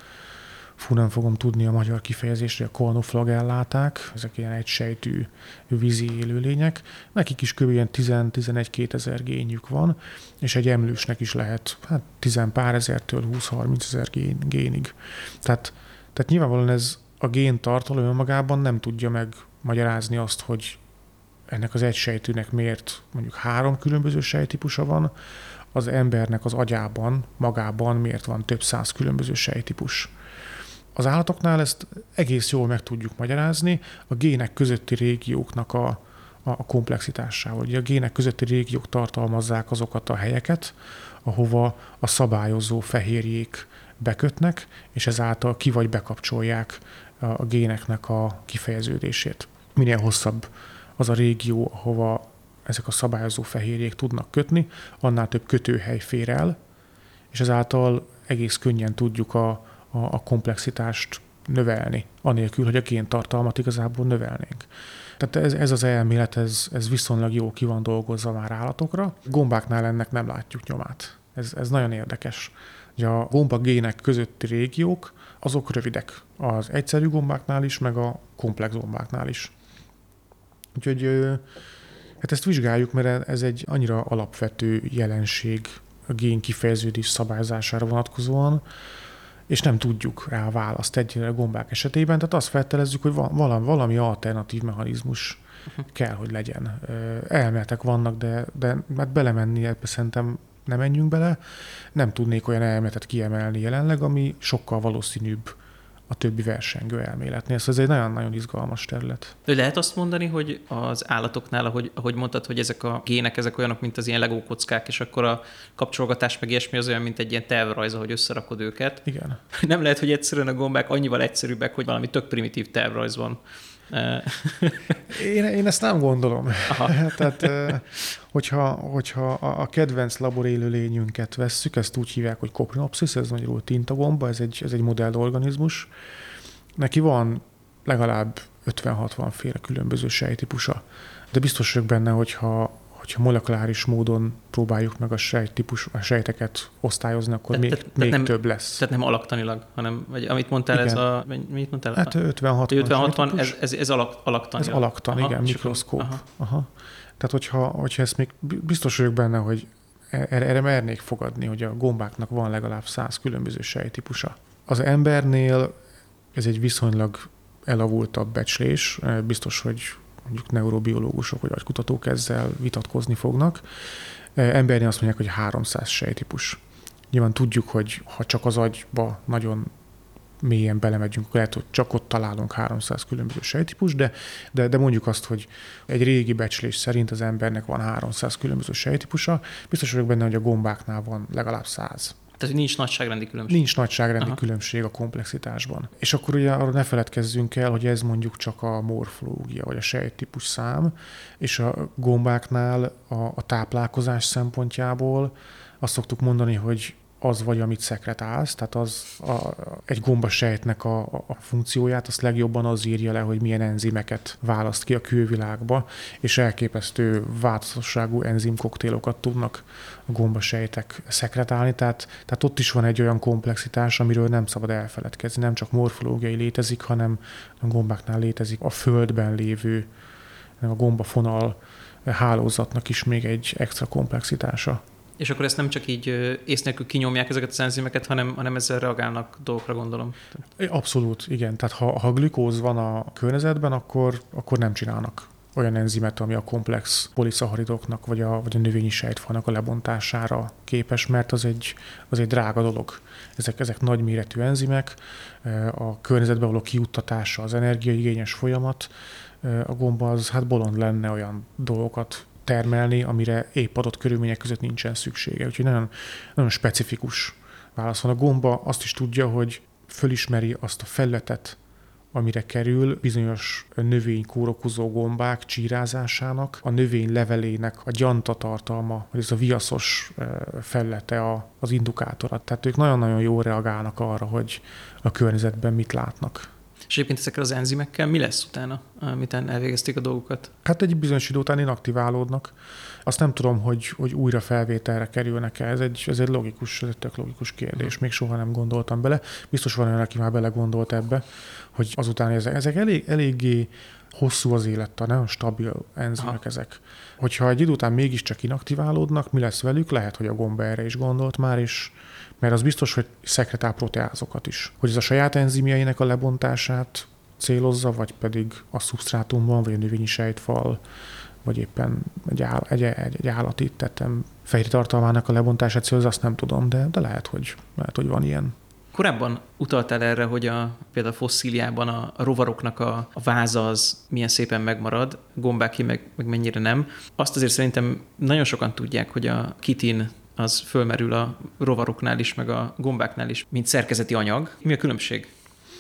nem fogom tudni a magyar kifejezésre, a kornoflagelláták, ezek ilyen egysejtű vízi élőlények. Nekik is kb. 10-11-2 000 génjük van, és egy emlősnek is lehet 10 pár ezertől 20-30 000 génig. Tehát nyilvánvalóan ez a géntartalom önmagában nem tudja megmagyarázni azt, hogy ennek az egysejtűnek miért mondjuk 3 különböző sejttípusa van, az embernek az agyában, magában miért van több 100 különböző sejttípus. Az állatoknál ezt egész jól meg tudjuk magyarázni a gének közötti régióknak a komplexitásával. Ugye a gének közötti régiók tartalmazzák azokat a helyeket, ahova a szabályozó fehérjék bekötnek, és ezáltal ki vagy bekapcsolják a géneknek a kifejeződését. Minél hosszabb az a régió, ahova ezek a szabályozó fehérjék tudnak kötni, annál több kötőhely fér el, és ezáltal egész könnyen tudjuk a komplexitást növelni, anélkül, hogy a géntartalmat igazából növelnénk. Tehát ez az elmélet, ez viszonylag jól ki van dolgozva már állatokra. Gombáknál ennek nem látjuk nyomát. Ez nagyon érdekes. Ugye a gombagének közötti régiók, azok rövidek. Az egyszerű gombáknál is, meg a komplex gombáknál is. Úgyhogy hát ezt vizsgáljuk, mert ez egy annyira alapvető jelenség a gén kifejeződés szabályozására vonatkozóan, és nem tudjuk rá a választ egyre a gombák esetében, tehát azt feltételezzük, hogy valami alternatív mechanizmus kell, hogy legyen. Elméletek vannak, de hát belemenni ebbe szerintem nem menjünk bele. Nem tudnék olyan elméletet kiemelni jelenleg, ami sokkal valószínűbb a többi versengő elméletnél. Szóval ez egy nagyon-nagyon izgalmas terület. Lehet azt mondani, hogy az állatoknál, ahogy mondtad, hogy ezek a gének, ezek olyanok, mint az ilyen Lego kockák, és akkor a kapcsolgatás meg ilyesmi az olyan, mint egy ilyen tervrajz, ahogy összerakod őket. Igen. Nem lehet, hogy egyszerűen a gombák annyival egyszerűbbek, hogy valami tök primitív tervrajz van. Én ezt nem gondolom. Tehát, hogyha a kedvenc laborélőlényünket vesszük, ezt úgy hívják, hogy Coprinopsis, ez magyarul tintagomba, ez egy modellorganizmus. Neki van legalább 50-60 féle különböző sejtípusa. De biztos vagyok benne, hogyha molekuláris módon próbáljuk meg a sejteket osztályozni, akkor még nem, több lesz. Tehát nem alaktanilag, hanem, vagy amit mondtál, igen. mit mondtál? Hát 50-60 ez alaktani. Ez alaktan, igen, mikroszkóp. Aha. Tehát, hogyha ezt még biztos vagyok benne, hogy erre mernék fogadni, hogy a gombáknak van legalább 100 különböző sejtípusa. Az embernél ez egy viszonylag elavultabb becslés, biztos, hogy mondjuk neurobiológusok vagy agykutatók ezzel vitatkozni fognak. Embernél azt mondják, hogy 300 sejtípus. Nyilván tudjuk, hogy ha csak az agyba nagyon mélyen belemegyünk, akkor lehet, hogy csak ott találunk 300 különböző sejtípus, de mondjuk azt, hogy egy régi becslés szerint az embernek van 300 különböző sejtípusa, biztos vagyok benne, hogy a gombáknál van legalább 100. Tehát nincs nagyságrendi különbség. Nincs nagyságrendi különbség a komplexitásban. És akkor ugye arról ne feledkezzünk el, hogy ez mondjuk csak a morfológia, vagy a sejttípus szám, és a gombáknál a táplálkozás szempontjából azt szoktuk mondani, hogy az vagy, amit szekretálsz, tehát egy gombasejtnek a funkcióját, azt legjobban az írja le, hogy milyen enzimeket választ ki a külvilágba, és elképesztő változatosságú enzimkoktélokat tudnak a gombasejtek szekretálni, tehát ott is van egy olyan komplexitás, amiről nem szabad elfeledkezni, nem csak morfológiai létezik, hanem a gombáknál létezik a földben lévő, a gombafonal hálózatnak is még egy extra komplexitása. És akkor ezt nem csak így ész nélkül kinyomják ezeket az enzimeket, hanem ezzel reagálnak dolgokra, gondolom. Abszolút, igen. Tehát ha glükóz van a környezetben, akkor nem csinálnak olyan enzimet, ami a komplex poliszacharidoknak vagy a növényi sejtfalnak a lebontására képes, mert az egy drága dolog. Ezek nagyméretű enzimek, a környezetbe való kijuttatása, az energiaigényes folyamat, a gomba az hát bolond lenne olyan dolgokat termelni, amire épp adott körülmények között nincsen szüksége. Úgyhogy nagyon, nagyon specifikus válasz van. A gomba azt is tudja, hogy fölismeri azt a felületet, amire kerül bizonyos növénykórokozó gombák csírázásának, a növény levelének a gyantatartalma, vagy ez a viaszos felülete az indukátora. Tehát ők nagyon-nagyon jól reagálnak arra, hogy a környezetben mit látnak. És egyébként ezekkel az enzimekkel mi lesz utána, amitán elvégezték a dolgokat? Hát egy bizonyos idő után inaktiválódnak. Azt nem tudom, hogy újra felvételre kerülnek-e. Ez egy tök logikus kérdés. Még soha nem gondoltam bele. Biztos van olyan, aki már belegondolt ebbe, hogy azután ezek eléggé hosszú az élettan, nagyon stabil enzimek ezek. Hogyha egy idő után mégiscsak inaktiválódnak, mi lesz velük? Lehet, hogy a gomba erre is gondolt már, és mert az biztos, hogy szekretál proteázokat is. Hogy ez a saját enzimjeinek a lebontását célozza, vagy pedig a szubsztrátumban, vagy a növényi sejtfal, vagy éppen egy állati tettem fehérje tartalmának a lebontását célozza, azt nem tudom, de lehet, hogy van ilyen. Korábban utaltál erre, hogy például a fosszíliában a rovaroknak a váza az milyen szépen megmarad, gombáké meg mennyire nem. Azt azért szerintem nagyon sokan tudják, hogy a kitin az fölmerül a rovaroknál is, meg a gombáknál is, mint szerkezeti anyag. Mi a különbség?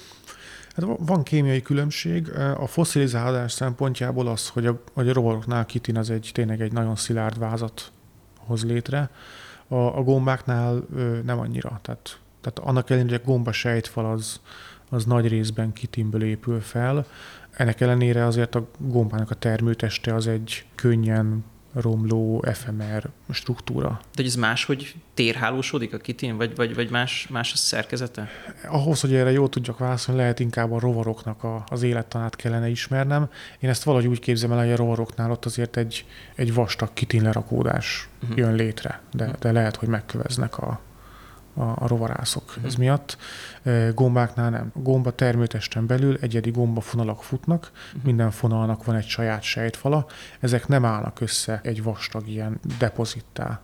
Hát van kémiai különbség. A fosszilizálás szempontjából az, hogy a rovaroknál kitin az tényleg egy nagyon szilárd vázat hoz létre. A gombáknál nem annyira. Tehát annak ellenére, hogy a gomba sejtfal az nagy részben kitinből épül fel. Ennek ellenére azért a gombának a termőteste az egy könnyen romló, efemer struktúra. De hogy ez máshogy térhálósodik a kitin, vagy más a szerkezete? Ahhoz, hogy erre jól tudjak válaszolni, lehet inkább a rovaroknak az élettanát kellene ismernem. Én ezt valahogy úgy képzelem el, hogy a rovaroknál ott azért egy vastag kitin lerakódás jön létre, de lehet, hogy megköveznek a a rovarászok ez miatt. Gombáknál nem. Gomba termőtesten belül egyedi gombafonalak futnak, minden fonalnak van egy saját sejtfala, ezek nem állnak össze egy vastag ilyen depozittá.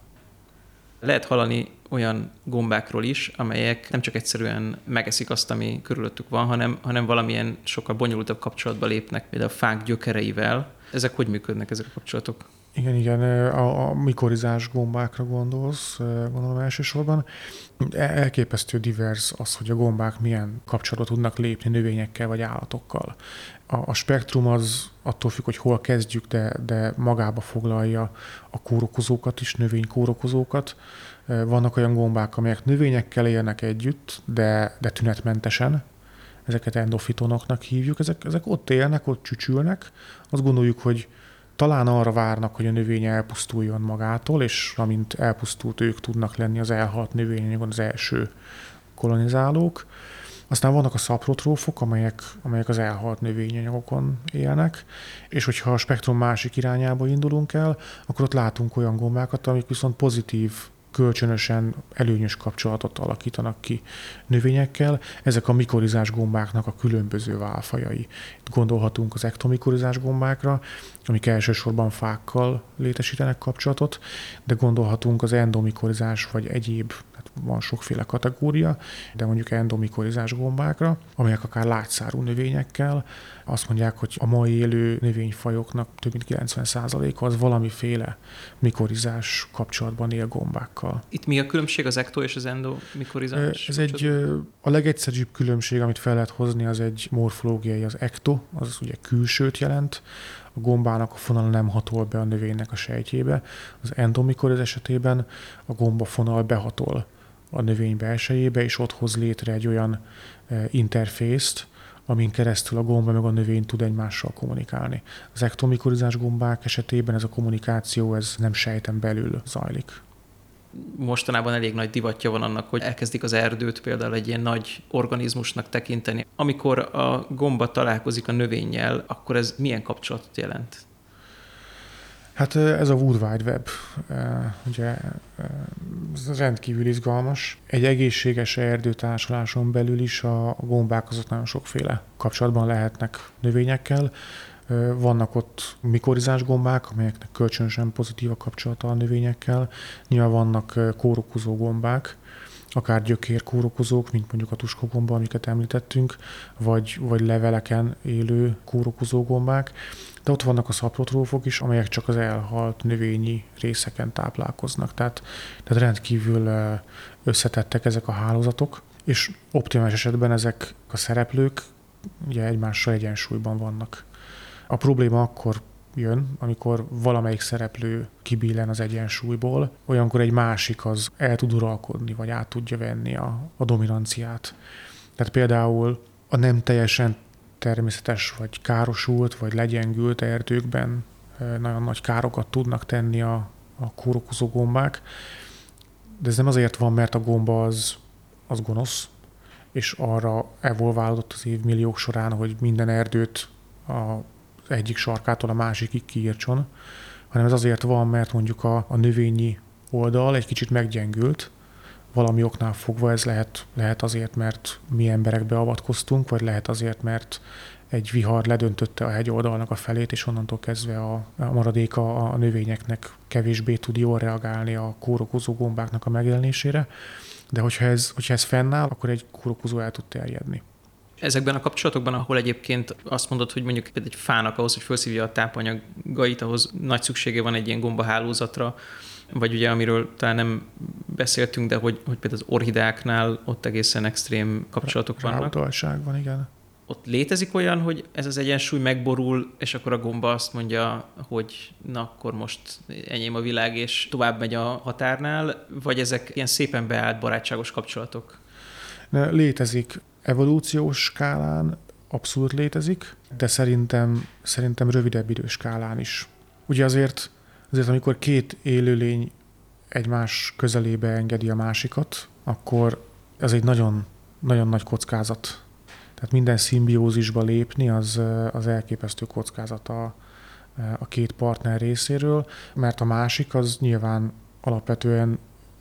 Lehet hallani olyan gombákról is, amelyek nem csak egyszerűen megeszik azt, ami körülöttük van, hanem valamilyen sokkal bonyolultabb kapcsolatba lépnek, például a fák gyökereivel. Ezek hogy működnek, ezek a kapcsolatok? Igen, a mikorizás gombákra gondolsz, gondolom elsősorban. Elképesztő divers az, hogy a gombák milyen kapcsolatot tudnak lépni növényekkel vagy állatokkal. A spektrum az attól függ, hogy hol kezdjük, de magába foglalja a kórokozókat is, növénykórokozókat. Vannak olyan gombák, amelyek növényekkel élnek együtt, de tünetmentesen. Ezeket endofitonoknak hívjuk. Ezek ott élnek, ott csücsülnek. Azt gondoljuk, hogy talán arra várnak, hogy a növény elpusztuljon magától, és amint elpusztult, ők tudnak lenni az elhalt növényanyagon az első kolonizálók. Aztán vannak a szaprotrófok, amelyek az elhalt növényanyagokon élnek, és hogyha a spektrum másik irányába indulunk el, akkor ott látunk olyan gombákat, amik viszont pozitív, kölcsönösen előnyös kapcsolatot alakítanak ki növényekkel. Ezek a mikorizás gombáknak a különböző válfajai. Itt gondolhatunk az ektomikorizás gombákra, amik elsősorban fákkal létesítenek kapcsolatot, de gondolhatunk az endomikorizás vagy egyéb, hát van sokféle kategória, de mondjuk endomikorizás gombákra, amelyek akár lágyszárú növényekkel. Azt mondják, hogy a mai élő növényfajoknak több mint 90%-a az valamiféle mikorizás kapcsolatban él gombákkal. Itt mi a különbség az ekto és az endomikorizás? Ez a legegyszerűbb különbség, amit fel lehet hozni, az egy morfológiai, az ekto, az ugye külsőt jelent. A gombának a fonal nem hatol be a növénynek a sejtjébe. Az endomikoriz esetében a gombafonal behatol a növény belsejébe, és ott hoz létre egy olyan interfészt, amin keresztül a gomba meg a növény tud egymással kommunikálni. Az ektomikorizás gombák esetében ez a kommunikáció ez nem sejten belül zajlik. Mostanában elég nagy divatja van annak, hogy elkezdik az erdőt például egy ilyen nagy organizmusnak tekinteni. Amikor a gomba találkozik a növényel, akkor ez milyen kapcsolatot jelent? Hát ez a Wood Wide Web, ugye ez rendkívül izgalmas. Egy egészséges erdőtársuláson belül is a gombák azok nagyon sokféle kapcsolatban lehetnek növényekkel. Vannak ott mikorizás gombák, amelyeknek kölcsönösen pozitív a kapcsolata a növényekkel. Nyilván vannak kórokozó gombák, akár gyökérkórokozók, mint mondjuk a tuskogomba, amiket említettünk, vagy leveleken élő kórokozó gombák. De ott vannak a szaprotrófok is, amelyek csak az elhalt növényi részeken táplálkoznak. Tehát rendkívül összetettek ezek a hálózatok, és optimális esetben ezek a szereplők ugye egymással egyensúlyban vannak. A probléma akkor jön, amikor valamelyik szereplő kibillen az egyensúlyból, olyankor egy másik az el tud uralkodni, vagy át tudja venni a dominanciát. Tehát például a nem teljesen természetes, vagy károsult, vagy legyengült erdőkben nagyon nagy károkat tudnak tenni a kórokozó gombák, de ez nem azért van, mert a gomba az gonosz, és arra evolválódott az évmilliók során, hogy minden erdőt az egyik sarkától a másikig kiírtson, hanem ez azért van, mert mondjuk a növényi oldal egy kicsit meggyengült, valami oknál fogva ez lehet azért, mert mi emberek beavatkoztunk, vagy lehet azért, mert egy vihar ledöntötte a hegyoldalnak a felét, és onnantól kezdve a maradéka a növényeknek kevésbé tud jól reagálni a kórokozó gombáknak a megjelenésére. De hogyha ez fennáll, akkor egy kórokozó el tud terjedni. Ezekben a kapcsolatokban, ahol egyébként azt mondod, hogy mondjuk egy fának ahhoz, hogy felszívja a tápanyagait, ahhoz nagy szüksége van egy ilyen gombahálózatra, vagy ugye amiről talán nem beszéltünk, de hogy például az orchideáknál ott egészen extrém kapcsolatok vannak. Ráudalság van, igen. Ott létezik olyan, hogy ez az egyensúly megborul, és akkor a gomba azt mondja, hogy na akkor most enyém a világ, és tovább megy a határnál, vagy ezek ilyen szépen beállt barátságos kapcsolatok? Létezik. Evolúciós skálán abszolút létezik, de szerintem rövidebb időskálán is. Ugye azért amikor két élőlény egymás közelébe engedi a másikat, akkor ez egy nagyon, nagyon nagy kockázat. Tehát minden szimbiózisba lépni az elképesztő kockázat a két partner részéről, mert a másik az nyilván alapvetően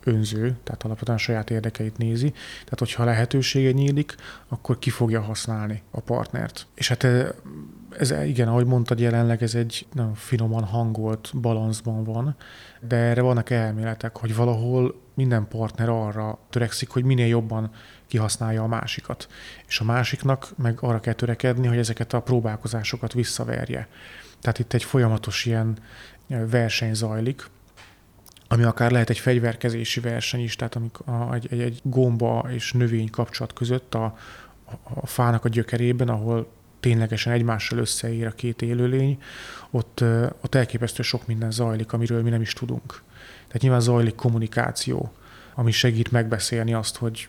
önző, tehát alapvetően a saját érdekeit nézi. Tehát, hogyha lehetősége nyílik, akkor ki fogja használni a partnert. És hát ez igen, ahogy mondtad, jelenleg ez egy nagyon finoman hangolt balanszban van, de erre vannak elméletek, hogy valahol minden partner arra törekszik, hogy minél jobban kihasználja a másikat. És a másiknak meg arra kell törekedni, hogy ezeket a próbálkozásokat visszaverje. Tehát itt egy folyamatos ilyen verseny zajlik, ami akár lehet egy fegyverkezési verseny is, tehát egy gomba és növény kapcsolat között a fának a gyökerében, ahol ténylegesen egymással összeér a két élőlény, ott elképesztő sok minden zajlik, amiről mi nem is tudunk. Tehát nyilván zajlik kommunikáció, ami segít megbeszélni azt, hogy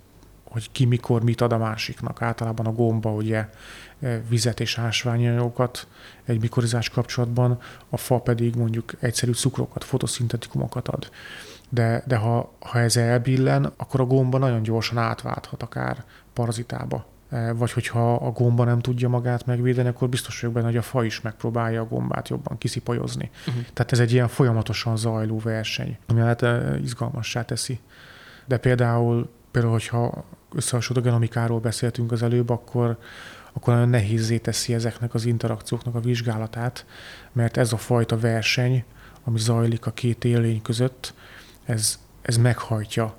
ki mikor mit ad a másiknak. Általában a gomba ugye vizet és ásványanyagokat egy mikorizás kapcsolatban, a fa pedig mondjuk egyszerű cukrokat, fotoszintetikumokat ad. De ha ez elbillen, akkor a gomba nagyon gyorsan átválthat akár parazitába. Vagy hogyha a gomba nem tudja magát megvédeni, akkor biztos vagyok benne, hogy a fa is megpróbálja a gombát jobban kiszipajozni. Tehát ez egy ilyen folyamatosan zajló verseny, ami hát izgalmassá teszi. De például, hogyha összehasonlító genomikáról beszéltünk az előbb, akkor nagyon nehézzé teszi ezeknek az interakcióknak a vizsgálatát, mert ez a fajta verseny, ami zajlik a két élőlény között, ez meghajtja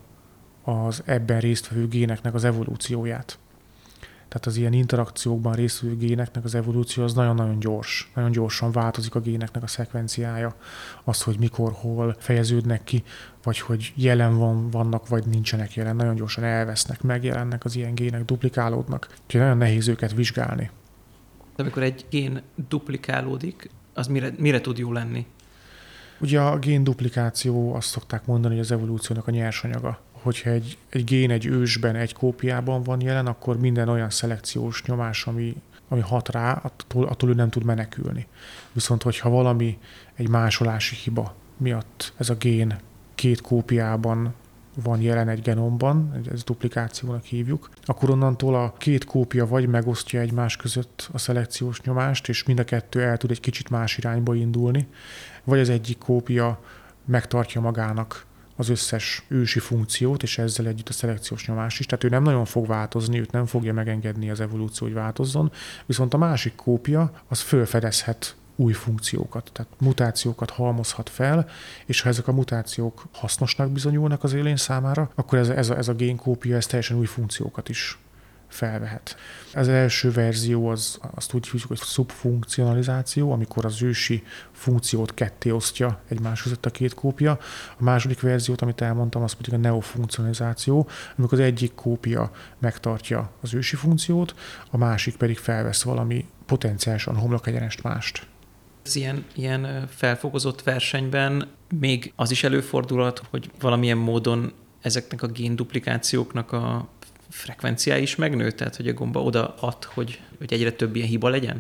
az ebben résztvevő géneknek az evolúcióját. Tehát az ilyen interakciókban résztvevő géneknek az evolúció az nagyon-nagyon gyors. Nagyon gyorsan változik a géneknek a szekvenciája. Az, hogy mikor, hol fejeződnek ki, vagy hogy jelen vannak, vagy nincsenek jelen. Nagyon gyorsan elvesznek, megjelennek az ilyen gének, duplikálódnak. Úgyhogy nagyon nehéz őket vizsgálni. De amikor egy gén duplikálódik, az mire tud jó lenni? Ugye a génduplikáció, azt szokták mondani, hogy az evolúciónak a nyersanyaga. Hogyha egy gén egy ősben, egy kópiában van jelen, akkor minden olyan szelekciós nyomás, ami hat rá, attól ő nem tud menekülni. Viszont hogyha valami egy másolási hiba miatt ez a gén két kópiában van jelen egy genomban, ezt duplikációnak hívjuk, akkor onnantól a két kópia vagy megosztja egymás között a szelekciós nyomást, és mind a kettő el tud egy kicsit más irányba indulni, vagy az egyik kópia megtartja magának az összes ősi funkciót, és ezzel együtt a szelekciós nyomás is. Tehát ő nem nagyon fog változni, őt nem fogja megengedni az evolúció, hogy változzon, viszont a másik kópia az fölfedezhet új funkciókat, tehát mutációkat halmozhat fel, és ha ezek a mutációk hasznosnak bizonyulnak az élőlény számára, akkor ez a génkópia teljesen új funkciókat is felvehet. Az első verzió azt úgy hívjuk, hogy szubfunkcionalizáció, amikor az ősi funkciót ketté osztja egymás között a két kópia. A második verziót, amit elmondtam, az pedig a neofunkcionalizáció, amikor az egyik kópia megtartja az ősi funkciót, a másik pedig felvesz valami potenciálisan homlokegyenest mást. Az ilyen felfokozott versenyben még az is előfordulhat, hogy valamilyen módon ezeknek a génduplikációknak a frekvenciája is megnő, tehát hogy a gomba oda ad, hogy egyre több ilyen hiba legyen?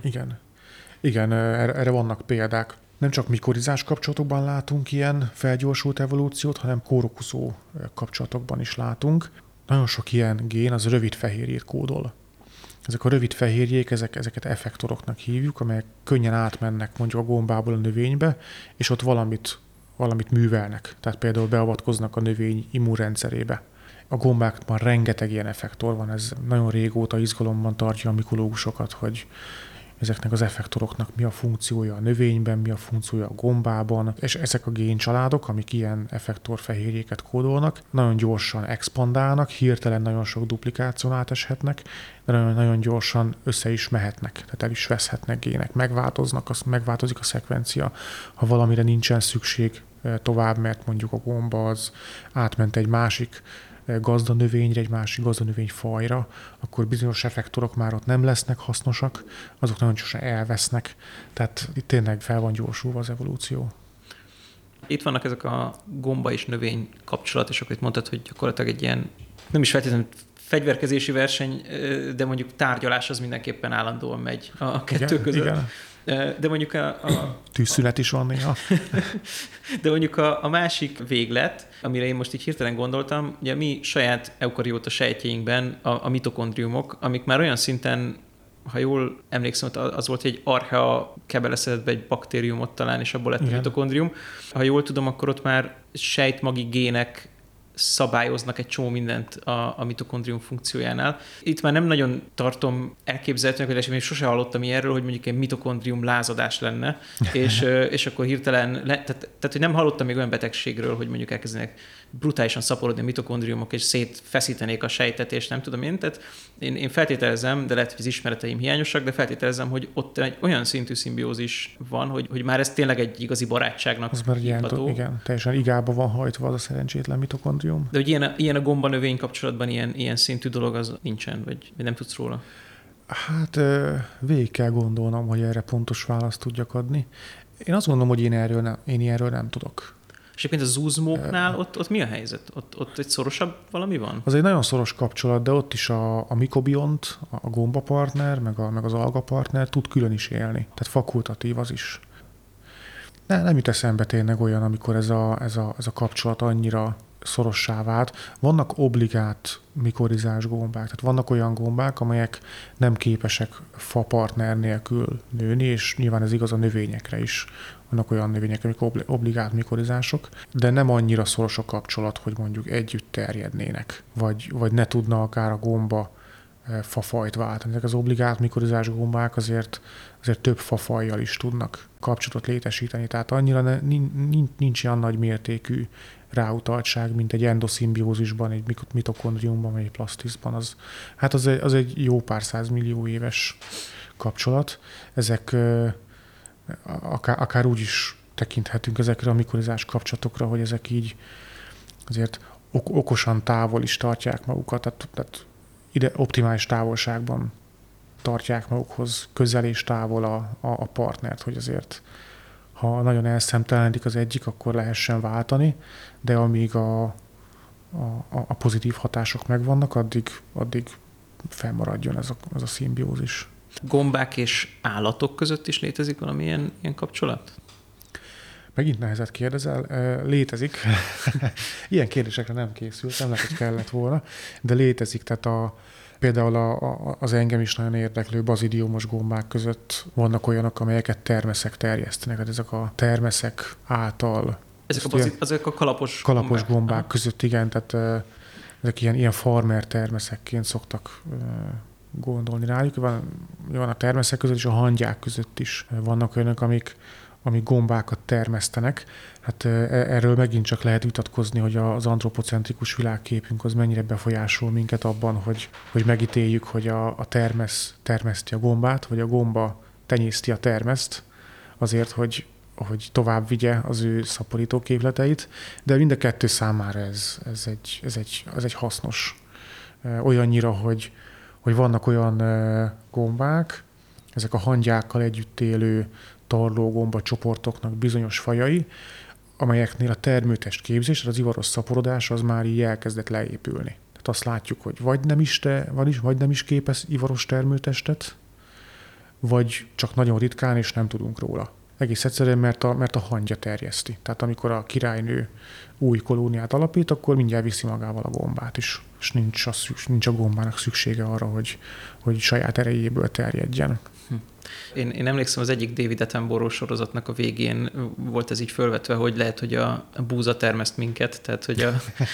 Igen, erre vannak példák. Nem csak mikorizás kapcsolatokban látunk ilyen felgyorsult evolúciót, hanem kórokozó kapcsolatokban is látunk. Nagyon sok ilyen gén az rövid fehérjét kódol. Ezek a rövid fehérjék, ezeket effektoroknak hívjuk, amelyek könnyen átmennek mondjuk a gombából a növénybe, és ott valamit művelnek. Tehát például beavatkoznak a növény immunrendszerébe. A gombákban rengeteg ilyen effektor van, ez nagyon régóta izgalomban tartja a mikológusokat, hogy ezeknek az effektoroknak mi a funkciója a növényben, mi a funkciója a gombában, és ezek a géncsaládok, amik ilyen effektorfehérjéket kódolnak, nagyon gyorsan expandálnak, hirtelen nagyon sok duplikáción áteshetnek, de nagyon gyorsan össze is mehetnek, tehát el is veszhetnek gének, megváltozik a szekvencia, ha valamire nincsen szükség tovább, mert mondjuk a gomba az átment egy másik gazdanövényre, egy másik gazdanövény fajra, akkor bizonyos effektorok már ott nem lesznek hasznosak, azok nagyon gyorsan elvesznek, tehát itt tényleg fel van gyorsulva az evolúció. Itt vannak ezek a gomba és növény kapcsolat, és akkor itt mondtad, hogy gyakorlatilag egy ilyen, nem is feltétlenül fegyverkezési verseny, de mondjuk tárgyalás az mindenképpen állandóan megy a kettő között. Igen. De mondjuk tűzszünet is van néha. De mondjuk a másik véglet, amire én most így hirtelen gondoltam, ugye mi saját eukarióta sejtjeinkben a mitokondriumok, amik már olyan szinten, ha jól emlékszem, az volt, hogy egy archea kebeleszedett be egy baktériumot talán, és abból lett a mitokondrium. Ha jól tudom, akkor ott már sejtmagi gének szabályoznak egy csomó mindent a mitokondrium funkciójánál. Itt már nem nagyon tartom elképzelhetőnek, hogy sose hallottam ilyenről, hogy mondjuk egy mitokondrium lázadás lenne, és akkor hirtelen, tehát hogy nem hallottam még olyan betegségről, hogy mondjuk elkezdenek brutálisan szaporodni a mitokondriumok, és szétfeszítenék a sejtet, és nem tudom én. Tehát én feltételezem, de lehet, hogy az ismereteim hiányosak, de feltételezem, hogy ott egy olyan szintű szimbiózis van, hogy már ez tényleg egy igazi barátságnak hívható. Igen, teljesen igába van hajtva az a szerencsétlen mitokondrium. De hogy ilyen a gomba-növény kapcsolatban ilyen szintű dolog az nincsen, vagy nem tudsz róla? Hát végig kell gondolnom, hogy erre pontos választ tudjak adni. Én azt gondolom, hogy én ilyenről nem tudok. És egyébként a zúzmóknál ott mi a helyzet? Ott egy szorosabb valami van? Az egy nagyon szoros kapcsolat, de ott is a mikobiont, a gombapartner, meg az algapartner tud külön is élni. Tehát fakultatív az is. Nem jut eszembe tényleg olyan, amikor ez a kapcsolat annyira szorossá vált. Vannak obligát mikorizás gombák, tehát vannak olyan gombák, amelyek nem képesek fapartner nélkül nőni, és nyilván ez igaz a növényekre is. Vannak olyan növények, amik obligát mikorizások, de nem annyira szoros a kapcsolat, hogy mondjuk együtt terjednének, vagy ne tudna akár a gomba fafajt váltani. Ezek az obligát mikorizás gombák azért több fafajjal is tudnak kapcsolatot létesíteni, tehát annyira nincs olyan nagy mértékű ráutaltság, mint egy endoszimbiózisban, egy mitokondriumban, vagy egy plasztiszban. Az egy jó pár százmillió éves kapcsolat. Ezek akár úgy is tekinthetünk ezekre a mikorizás kapcsolatokra, hogy ezek így azért okosan távol is tartják magukat, tehát ide optimális távolságban tartják magukhoz, közel és távol a partnert, hogy azért ha nagyon elszemtelenedik az egyik, akkor lehessen váltani, de amíg a pozitív hatások megvannak, addig fennmaradjon ez a szimbiózis. Gombák és állatok között is létezik valamilyen ilyen kapcsolat? Megint nehezet kérdezel. Létezik. Ilyen kérdésekre nem készültem, lehet, hogy kellett volna, de létezik. Tehát például az engem is nagyon érdeklő bazidiomos gombák között vannak olyanok, amelyeket termeszek terjesztenek. Hát ezek a termeszek által... Ezek a kalapos gombák között, igen. Tehát ezek ilyen farmer termeszekként szoktak gondolni rájuk. Van a termeszek között és a hangyák között is vannak olyanok, amik gombákat termesztenek. Hát erről megint csak lehet vitatkozni, hogy az antropocentrikus világképünk az mennyire befolyásol minket abban, hogy megítéljük, hogy a termesz termeszti a gombát, vagy a gomba tenyészti a termeszt azért, hogy tovább vigye az ő szaporító képleteit, de mind a kettő számára ez egy hasznos. Olyannyira, hogy vannak olyan gombák, ezek a hangyákkal együtt élő tarlógomba csoportoknak bizonyos fajai, amelyeknél a termőtest képzés, az ivaros szaporodás az már így elkezdett leépülni. Tehát azt látjuk, hogy vagy nem is képez ivaros termőtestet, vagy csak nagyon ritkán, és nem tudunk róla. Egész egyszerűen, mert a hangya terjeszti. Tehát amikor a királynő új kolóniát alapít, akkor mindjárt viszi magával a gombát is. És nincs a gombának szüksége arra, hogy saját erejéből terjedjen. Én emlékszem, az egyik David Attenborough sorozatnak a végén volt ez így fölvetve, hogy lehet, hogy a búza termeszt minket, tehát hogy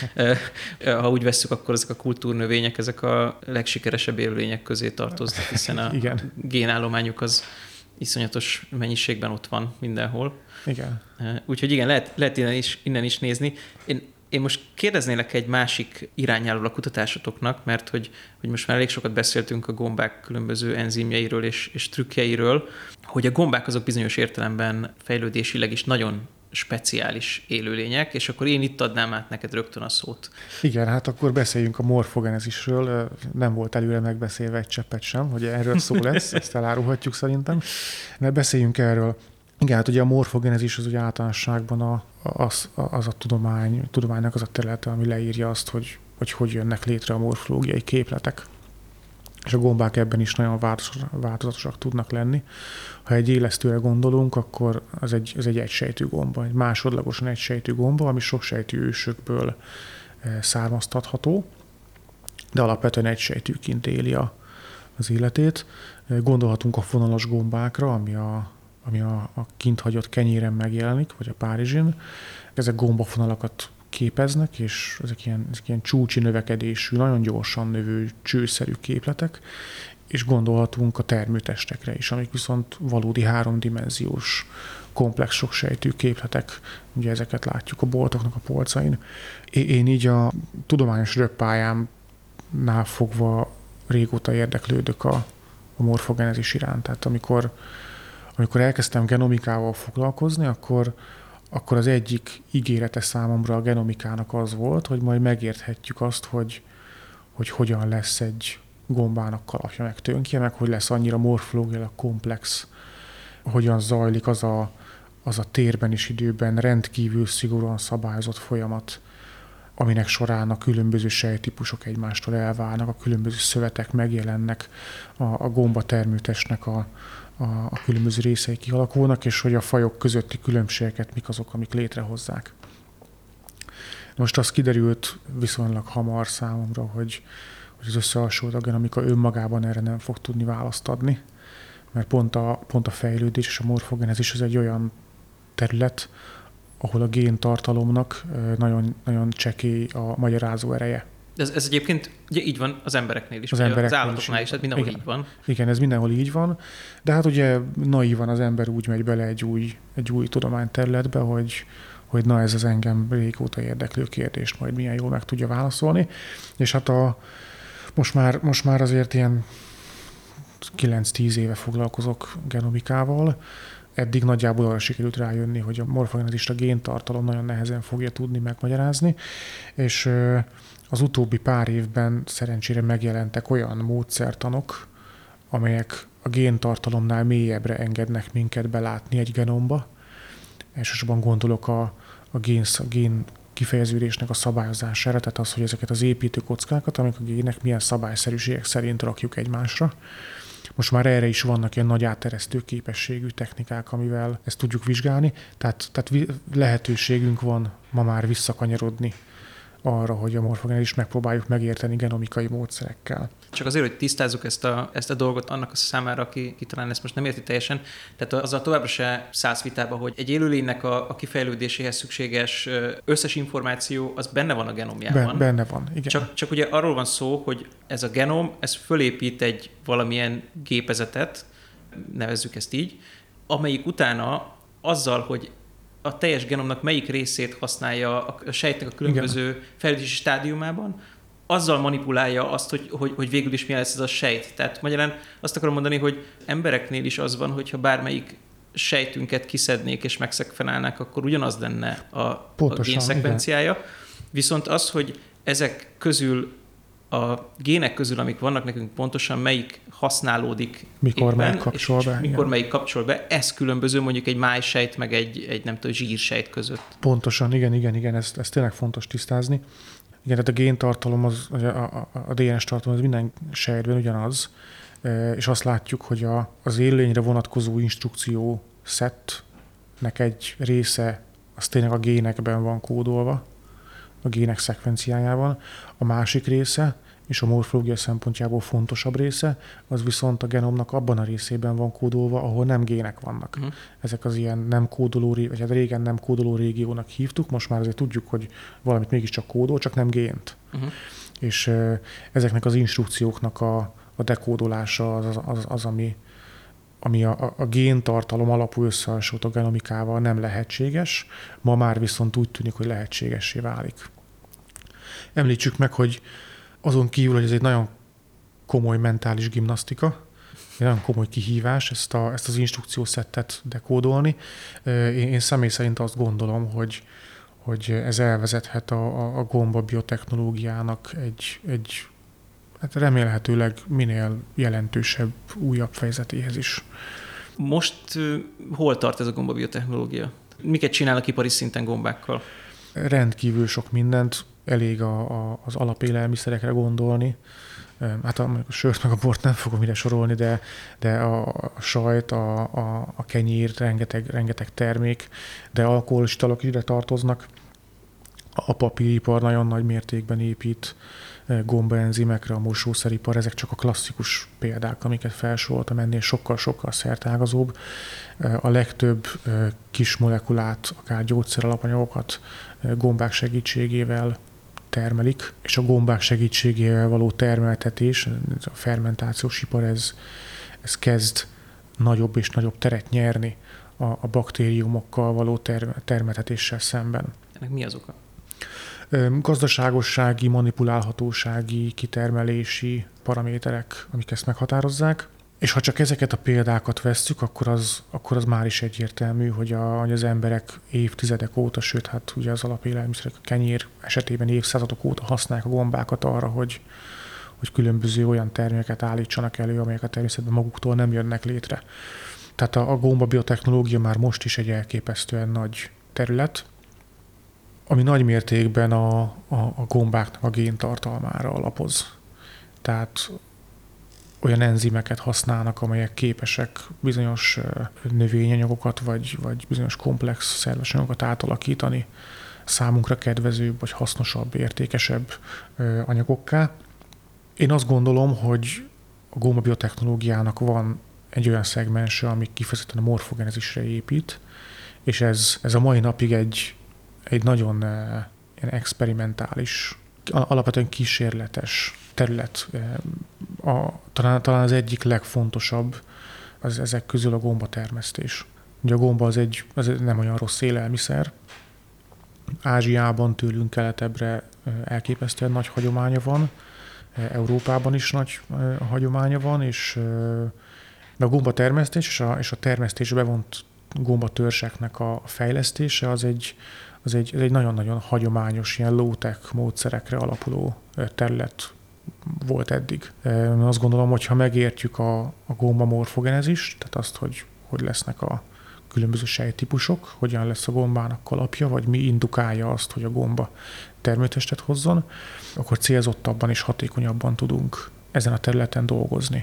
ha úgy vesszük, akkor ezek a kultúrnövények, ezek a legsikeresebb élőlények közé tartoznak, hiszen a génállományuk az iszonyatos mennyiségben ott van mindenhol. Igen. Úgyhogy igen, lehet innen is nézni. Én most kérdeznélek egy másik irányáról a kutatásotoknak, mert hogy most már elég sokat beszéltünk a gombák különböző enzimjeiről és trükkjeiről, hogy a gombák azok bizonyos értelemben fejlődésileg is nagyon speciális élőlények, és akkor én itt adnám át neked rögtön a szót. Igen, hát akkor beszéljünk a morfogenezisről. Nem volt előre megbeszélve egy cseppet sem, hogy erről szó lesz, ezt elárulhatjuk szerintem. De beszéljünk erről. Igen, hát ugye a morfogenezis az ugye általánosságban az a tudománynak az a területe, ami leírja azt, hogy jönnek létre a morfológiai képletek. És a gombák ebben is nagyon változatosak tudnak lenni. Ha egy élesztőre gondolunk, akkor ez egy egysejtű gomba, egy másodlagosan egysejtű gomba, ami soksejtű ősökből származtatható, de alapvetően egysejtűként éli az életét. Gondolhatunk a fonalas gombákra, ami a kint hagyott kenyéren megjelenik, vagy a párizsin. Ezek gombafonalakat képeznek, és ezek ilyen csúcsi növekedésű, nagyon gyorsan növő csőszerű képletek, és gondolhatunk a termőtestekre is, amik viszont valódi 3D-s komplex soksejtű képletek, ugye ezeket látjuk a boltoknak a polcain. Én így a tudományos röppályámnál fogva régóta érdeklődök a morfogenezis iránt. Tehát amikor elkezdtem genomikával foglalkozni, akkor az egyik ígérete számomra a genomikának az volt, hogy majd megérthetjük azt, hogy hogyan lesz egy gombának kalapja meg tönkje, meg hogy lesz annyira morfológiailag komplex, hogyan zajlik az a térben és időben rendkívül szigorúan szabályozott folyamat, aminek során a különböző sejttípusok egymástól elválnak, a különböző szövetek megjelennek, a gomba termőtestnek a különböző részei kialakulnak, és hogy a fajok közötti különbségeket mik azok, amik létrehozzák. Most az kiderült viszonylag hamar számomra, hogy az összehasonlító genomika önmagában erre nem fog tudni választ adni, mert pont a fejlődés és a morfogenezis az egy olyan terület, ahol a géntartalomnak nagyon, nagyon csekély a magyarázó ereje. Ez egyébként ugye így van az embereknél is, az állatoknál is, tehát mindenhol igen. így van. Igen, ez mindenhol így van, de hát ugye naívan az ember úgy megy bele egy új tudományterületbe, hogy na ez az engem régóta érdeklő kérdést majd milyen jól meg tudja válaszolni, és hát most már azért ilyen 9-10 éve foglalkozok genomikával. Eddig nagyjából arra sikerült rájönni, hogy a morfogenezist a géntartalom nagyon nehezen fogja tudni megmagyarázni, és az utóbbi pár évben szerencsére megjelentek olyan módszertanok, amelyek a géntartalomnál mélyebbre engednek minket belátni egy genomba. Elsősorban gondolok a gén kifejeződésnek a szabályozására, tehát az, hogy ezeket az építőkockákat, amik a gének milyen szabályszerűségek szerint rakjuk egymásra. Most már erre is vannak ilyen nagy átteresztő képességű technikák, amivel ezt tudjuk vizsgálni, tehát lehetőségünk van ma már visszakanyarodni arra, hogy a morfogenezist megpróbáljuk megérteni genomikai módszerekkel. Csak azért, hogy tisztázzuk ezt a dolgot annak a számára, aki talán ezt most nem érti teljesen, tehát azzal továbbra se szállsz vitába, hogy egy élőlénynek a kifejlődéséhez szükséges összes információ, az benne van a genomjában. Benne van, igen. Csak ugye arról van szó, hogy ez a genom, ez fölépít egy valamilyen gépezetet, nevezzük ezt így, amelyik utána azzal, hogy a teljes genomnak melyik részét használja a sejtnek a különböző fejlődési stádiumában, azzal manipulálja azt, hogy végül is milyen lesz ez a sejt. Tehát magyarán azt akarom mondani, hogy embereknél is az van, hogyha bármelyik sejtünket kiszednék és megszekvenálnák, akkor ugyanaz lenne a génszekvenciája. Igen. Viszont az, hogy ezek közül a gének közül, amik vannak nekünk pontosan, melyik használódik mikor melyik kapcsol be, ez különböző mondjuk egy májsejt, meg egy nem tudom, zsírsejt között. Pontosan, igen, ez tényleg fontos tisztázni. Igen, tehát a géntartalom, a DNS tartalom az minden sejtben ugyanaz, és azt látjuk, hogy az élőlényre vonatkozó instrukció szettnek egy része, az tényleg a génekben van kódolva, a gének szekvenciájában. A másik része, és a morfológia szempontjából fontosabb része, az viszont a genomnak abban a részében van kódolva, ahol nem gének vannak. Ezek az ilyen nem kódoló, vagy hát régen nem kódoló régiónak hívtuk, most már azért tudjuk, hogy valamit mégiscsak kódol, csak nem gént. És ezeknek az instrukcióknak a dekódolása az ami a géntartalom alapú összehasonlító genomikával nem lehetséges, ma már viszont úgy tűnik, hogy lehetségessé válik. Említsük meg, hogy azon kívül, hogy ez egy nagyon komoly mentális gimnasztika, egy nagyon komoly kihívás ezt az instrukciószettet dekódolni. Én személy szerint azt gondolom, hogy ez elvezethet a gomba biotechnológiának egy hát remélhetőleg minél jelentősebb, újabb fejezetéhez is. Most hol tart ez a gomba biotechnológia? Miket csinálnak ipari szinten gombákkal? Rendkívül sok mindent, elég az alapélelmiszerekre gondolni. Hát a sört meg a bort nem fogom ide sorolni, de a sajt, a kenyér, rengeteg termék, de alkoholos italok ide tartoznak. A papíripar nagyon nagy mértékben épít gombaenzimekre, a mosószeripar, ezek csak a klasszikus példák, amiket felsoroltam, ennél sokkal-sokkal szertágazóbb. A legtöbb kis molekulát, akár gyógyszeralapanyagokat gombák segítségével termelik, és a gombák segítségével való termeltetés, a fermentációs ipar, ez kezd nagyobb és nagyobb teret nyerni a baktériumokkal való termeltetéssel szemben. Ennek mi az oka? Gazdaságossági, manipulálhatósági, kitermelési paraméterek, amik ezt meghatározzák. És ha csak ezeket a példákat vesszük, akkor az már is egyértelmű, hogy az emberek évtizedek óta, sőt, hát ugye az alapélelmiszerek, a kenyér esetében évszázadok óta használják a gombákat arra, hogy különböző olyan termékeket állítsanak elő, amelyek a természetben maguktól nem jönnek létre. Tehát a gomba biotechnológia már most is egy elképesztően nagy terület, ami nagy mértékben a gombáknak a géntartalmára alapoz. Tehát olyan enzimeket használnak, amelyek képesek bizonyos növényanyagokat, vagy bizonyos komplex szerves anyagokat átalakítani számunkra kedvezőbb, vagy hasznosabb, értékesebb anyagokká. Én azt gondolom, hogy a gomba biotechnológiának van egy olyan szegmense, ami kifejezetten a morfogenezisre épít, és ez a mai napig egy nagyon ilyen experimentális, alapvetően kísérletes terület. Talán az egyik legfontosabb az ezek közül a gombatermesztés. Ugye a gomba az nem olyan rossz élelmiszer. Ázsiában tőlünk keletebbre elképesztően nagy hagyománya van, Európában is nagy hagyománya van, de a gombatermesztés és a termesztésbe bevont gombatörzseknek a fejlesztése az egy nagyon-nagyon hagyományos, ilyen low-tech módszerekre alapuló terület volt eddig. Azt gondolom, hogy ha megértjük a gomba morfogenezist, tehát azt, hogy lesznek a különböző sejttípusok, hogyan lesz a gombának kalapja, vagy mi indukálja azt, hogy a gomba termőtestet hozzon, akkor célzottabban és hatékonyabban tudunk ezen a területen dolgozni.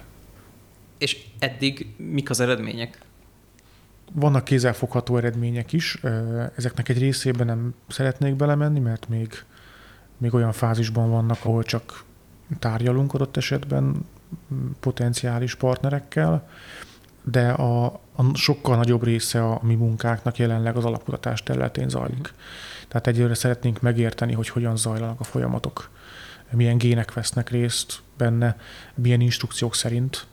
És eddig mik az eredmények? Vannak kézzelfogható eredmények is. Ezeknek egy részében nem szeretnék belemenni, mert még olyan fázisban vannak, ahol csak tárgyalunk adott esetben potenciális partnerekkel, de a sokkal nagyobb része a mi munkáknak jelenleg az alapkutatás területén zajlik. Tehát egyelőre szeretnénk megérteni, hogy hogyan zajlanak a folyamatok, milyen gének vesznek részt benne, milyen instrukciók szerint,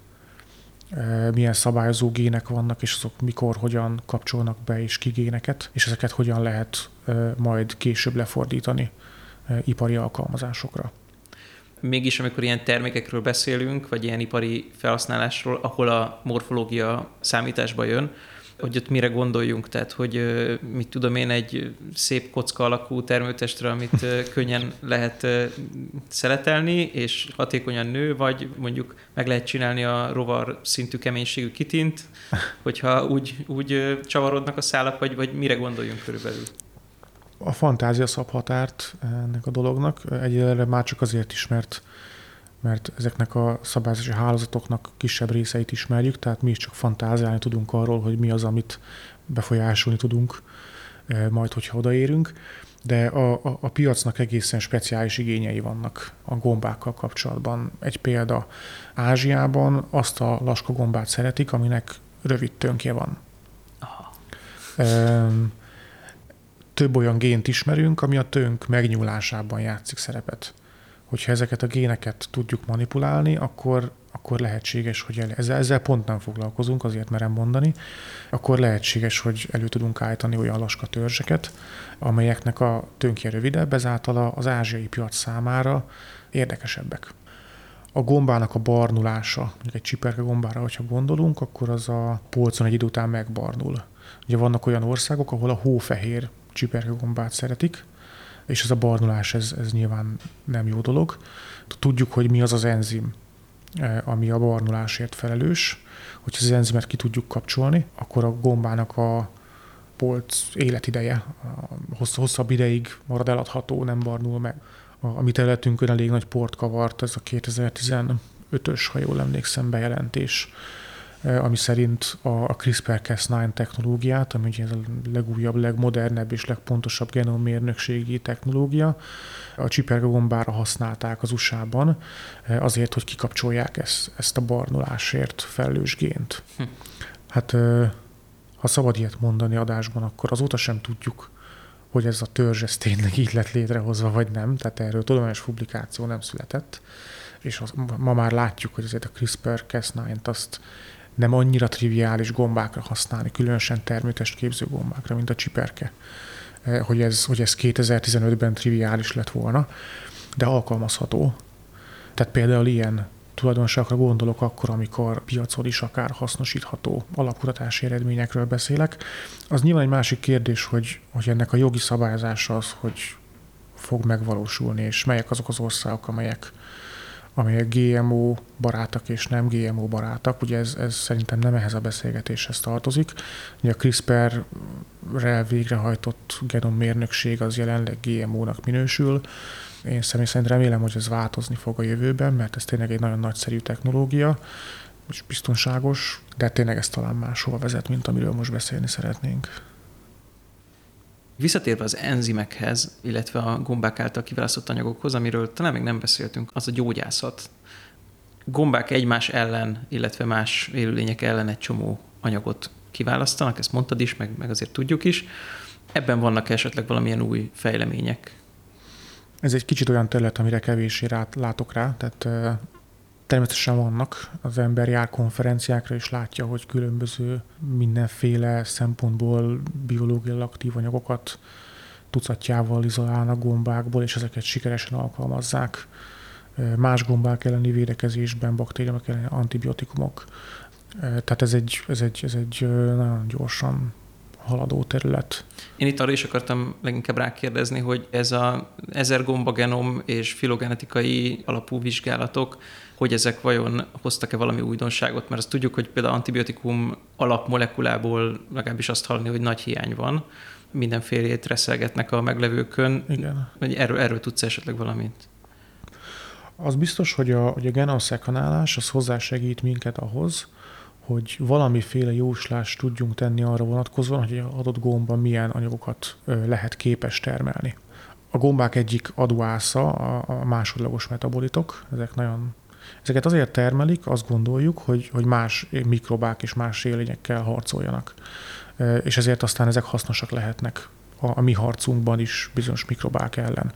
milyen szabályozó gének vannak, és azok mikor, hogyan kapcsolnak be és ki géneket, és ezeket hogyan lehet majd később lefordítani ipari alkalmazásokra. Mégis, amikor ilyen termékekről beszélünk, vagy ilyen ipari felhasználásról, ahol a morfológia számításba jön, hogy ott mire gondoljunk, tehát hogy mit tudom én, egy szép kocka alakú termőtestre, amit könnyen lehet szeletelni, és hatékonyan nő, vagy mondjuk meg lehet csinálni a rovar szintű keménységű kitint, hogyha úgy csavarodnak a szálak, vagy mire gondoljunk körülbelül? A fantázia szab határt ennek a dolognak. Egyelőre már csak azért is, mert ezeknek a szabályozási hálózatoknak kisebb részeit ismerjük, tehát mi is csak fantáziálni tudunk arról, hogy mi az, amit befolyásolni tudunk majd, hogyha odaérünk. De a piacnak egészen speciális igényei vannak a gombákkal kapcsolatban. Egy példa, Ázsiában azt a laskagombát szeretik, aminek rövid tönkje van. Aha. Több olyan gént ismerünk, ami a tönk megnyúlásában játszik szerepet. Hogyha ezeket a géneket tudjuk manipulálni, akkor lehetséges, hogy ezzel pont nem foglalkozunk, azért merem mondani, akkor lehetséges, hogy elő tudunk állítani olyan laskatörzseket, amelyeknek a tönkje rövidebb, ezáltal az ázsiai piac számára érdekesebbek. A gombának a barnulása, mondjuk egy csiperke gombára, hogyha gondolunk, akkor az a polcon egy idő után megbarnul. Ugye vannak olyan országok, ahol a hófehér csiperkegombát szeretik, és ez a barnulás, ez nyilván nem jó dolog. Tudjuk, hogy mi az az enzim, ami a barnulásért felelős. Hogyha az enzimet ki tudjuk kapcsolni, akkor a gombának a polc életideje hosszabb ideig marad eladható, nem barnul meg. A mi területünkön elég nagy port kavart ez a 2015-ös, ha jól emlékszem, bejelentés ami szerint a CRISPR-Cas9 technológiát, ami ugye ez a legújabb, legmodernebb és legpontosabb genommérnökségi technológia, a csipergagombára használták az USA-ban azért, hogy kikapcsolják ezt a barnulásért felelős gént. Hát, ha szabad ilyet mondani adásban, akkor azóta sem tudjuk, hogy ez a törzs ez tényleg így lett létrehozva, vagy nem. Tehát erről tudományos publikáció nem született. És ma már látjuk, hogy azért a CRISPR-Cas9-t azt nem annyira triviális gombákra használni, különösen termőtestképző gombákra, mint a csiperke. Hogy ez 2015-ben triviális lett volna, de alkalmazható. Tehát például ilyen tulajdonságokra gondolok akkor, amikor piacon is akár hasznosítható alapkutatási eredményekről beszélek. Az nyilván egy másik kérdés, hogy ennek a jogi szabályozása az, hogy fog megvalósulni, és melyek azok az országok, amelyek GMO barátak és nem GMO barátak. Ugye ez szerintem nem ehhez a beszélgetéshez tartozik. Ugye a CRISPR-rel végrehajtott genommérnökség az jelenleg GMO-nak minősül. Én személy szerint remélem, hogy ez változni fog a jövőben, mert ez tényleg egy nagyon nagyszerű technológia, és biztonságos, de tényleg ez talán máshova vezet, mint amiről most beszélni szeretnénk. Visszatérve az enzimekhez, illetve a gombák által kiválasztott anyagokhoz, amiről talán még nem beszéltünk, az a gyógyászat. Gombák egymás ellen, illetve más élőlények ellen egy csomó anyagot kiválasztanak, ezt mondtad is, meg azért tudjuk is. Ebben vannak esetleg valamilyen új fejlemények? Ez egy kicsit olyan terület, amire kevéssé látok rá, tehát természetesen vannak. Az ember jár konferenciákra és látja, hogy különböző mindenféle szempontból biológiailag aktív anyagokat tucatjával izolálnak gombákból, és ezeket sikeresen alkalmazzák más gombák elleni védekezésben, baktériumok elleni antibiotikumok. Tehát ez egy nagyon gyorsan haladó terület. Én itt arra is akartam leginkább rákérdezni, hogy ez a 1000 gombagenom és filogenetikai alapú vizsgálatok, hogy ezek vajon hoztak-e valami újdonságot, mert azt tudjuk, hogy például antibiotikum alapmolekulából legalábbis azt hallani, hogy nagy hiány van, mindenfélét reszelgetnek a meglevőkön. Igen. Erről tudsz esetleg valamit? Az biztos, hogy a genomszekvenálás az hozzásegít minket ahhoz, hogy valamiféle jóslást tudjunk tenni arra vonatkozóan, hogy egy adott gomba milyen anyagokat lehet képes termelni. A gombák egyik adóásza a másodlagos metabolitok. Ezeket azért termelik, azt gondoljuk, hogy más mikrobák és más élőlényekkel harcoljanak. És ezért aztán ezek hasznosak lehetnek a mi harcunkban is bizonyos mikrobák ellen.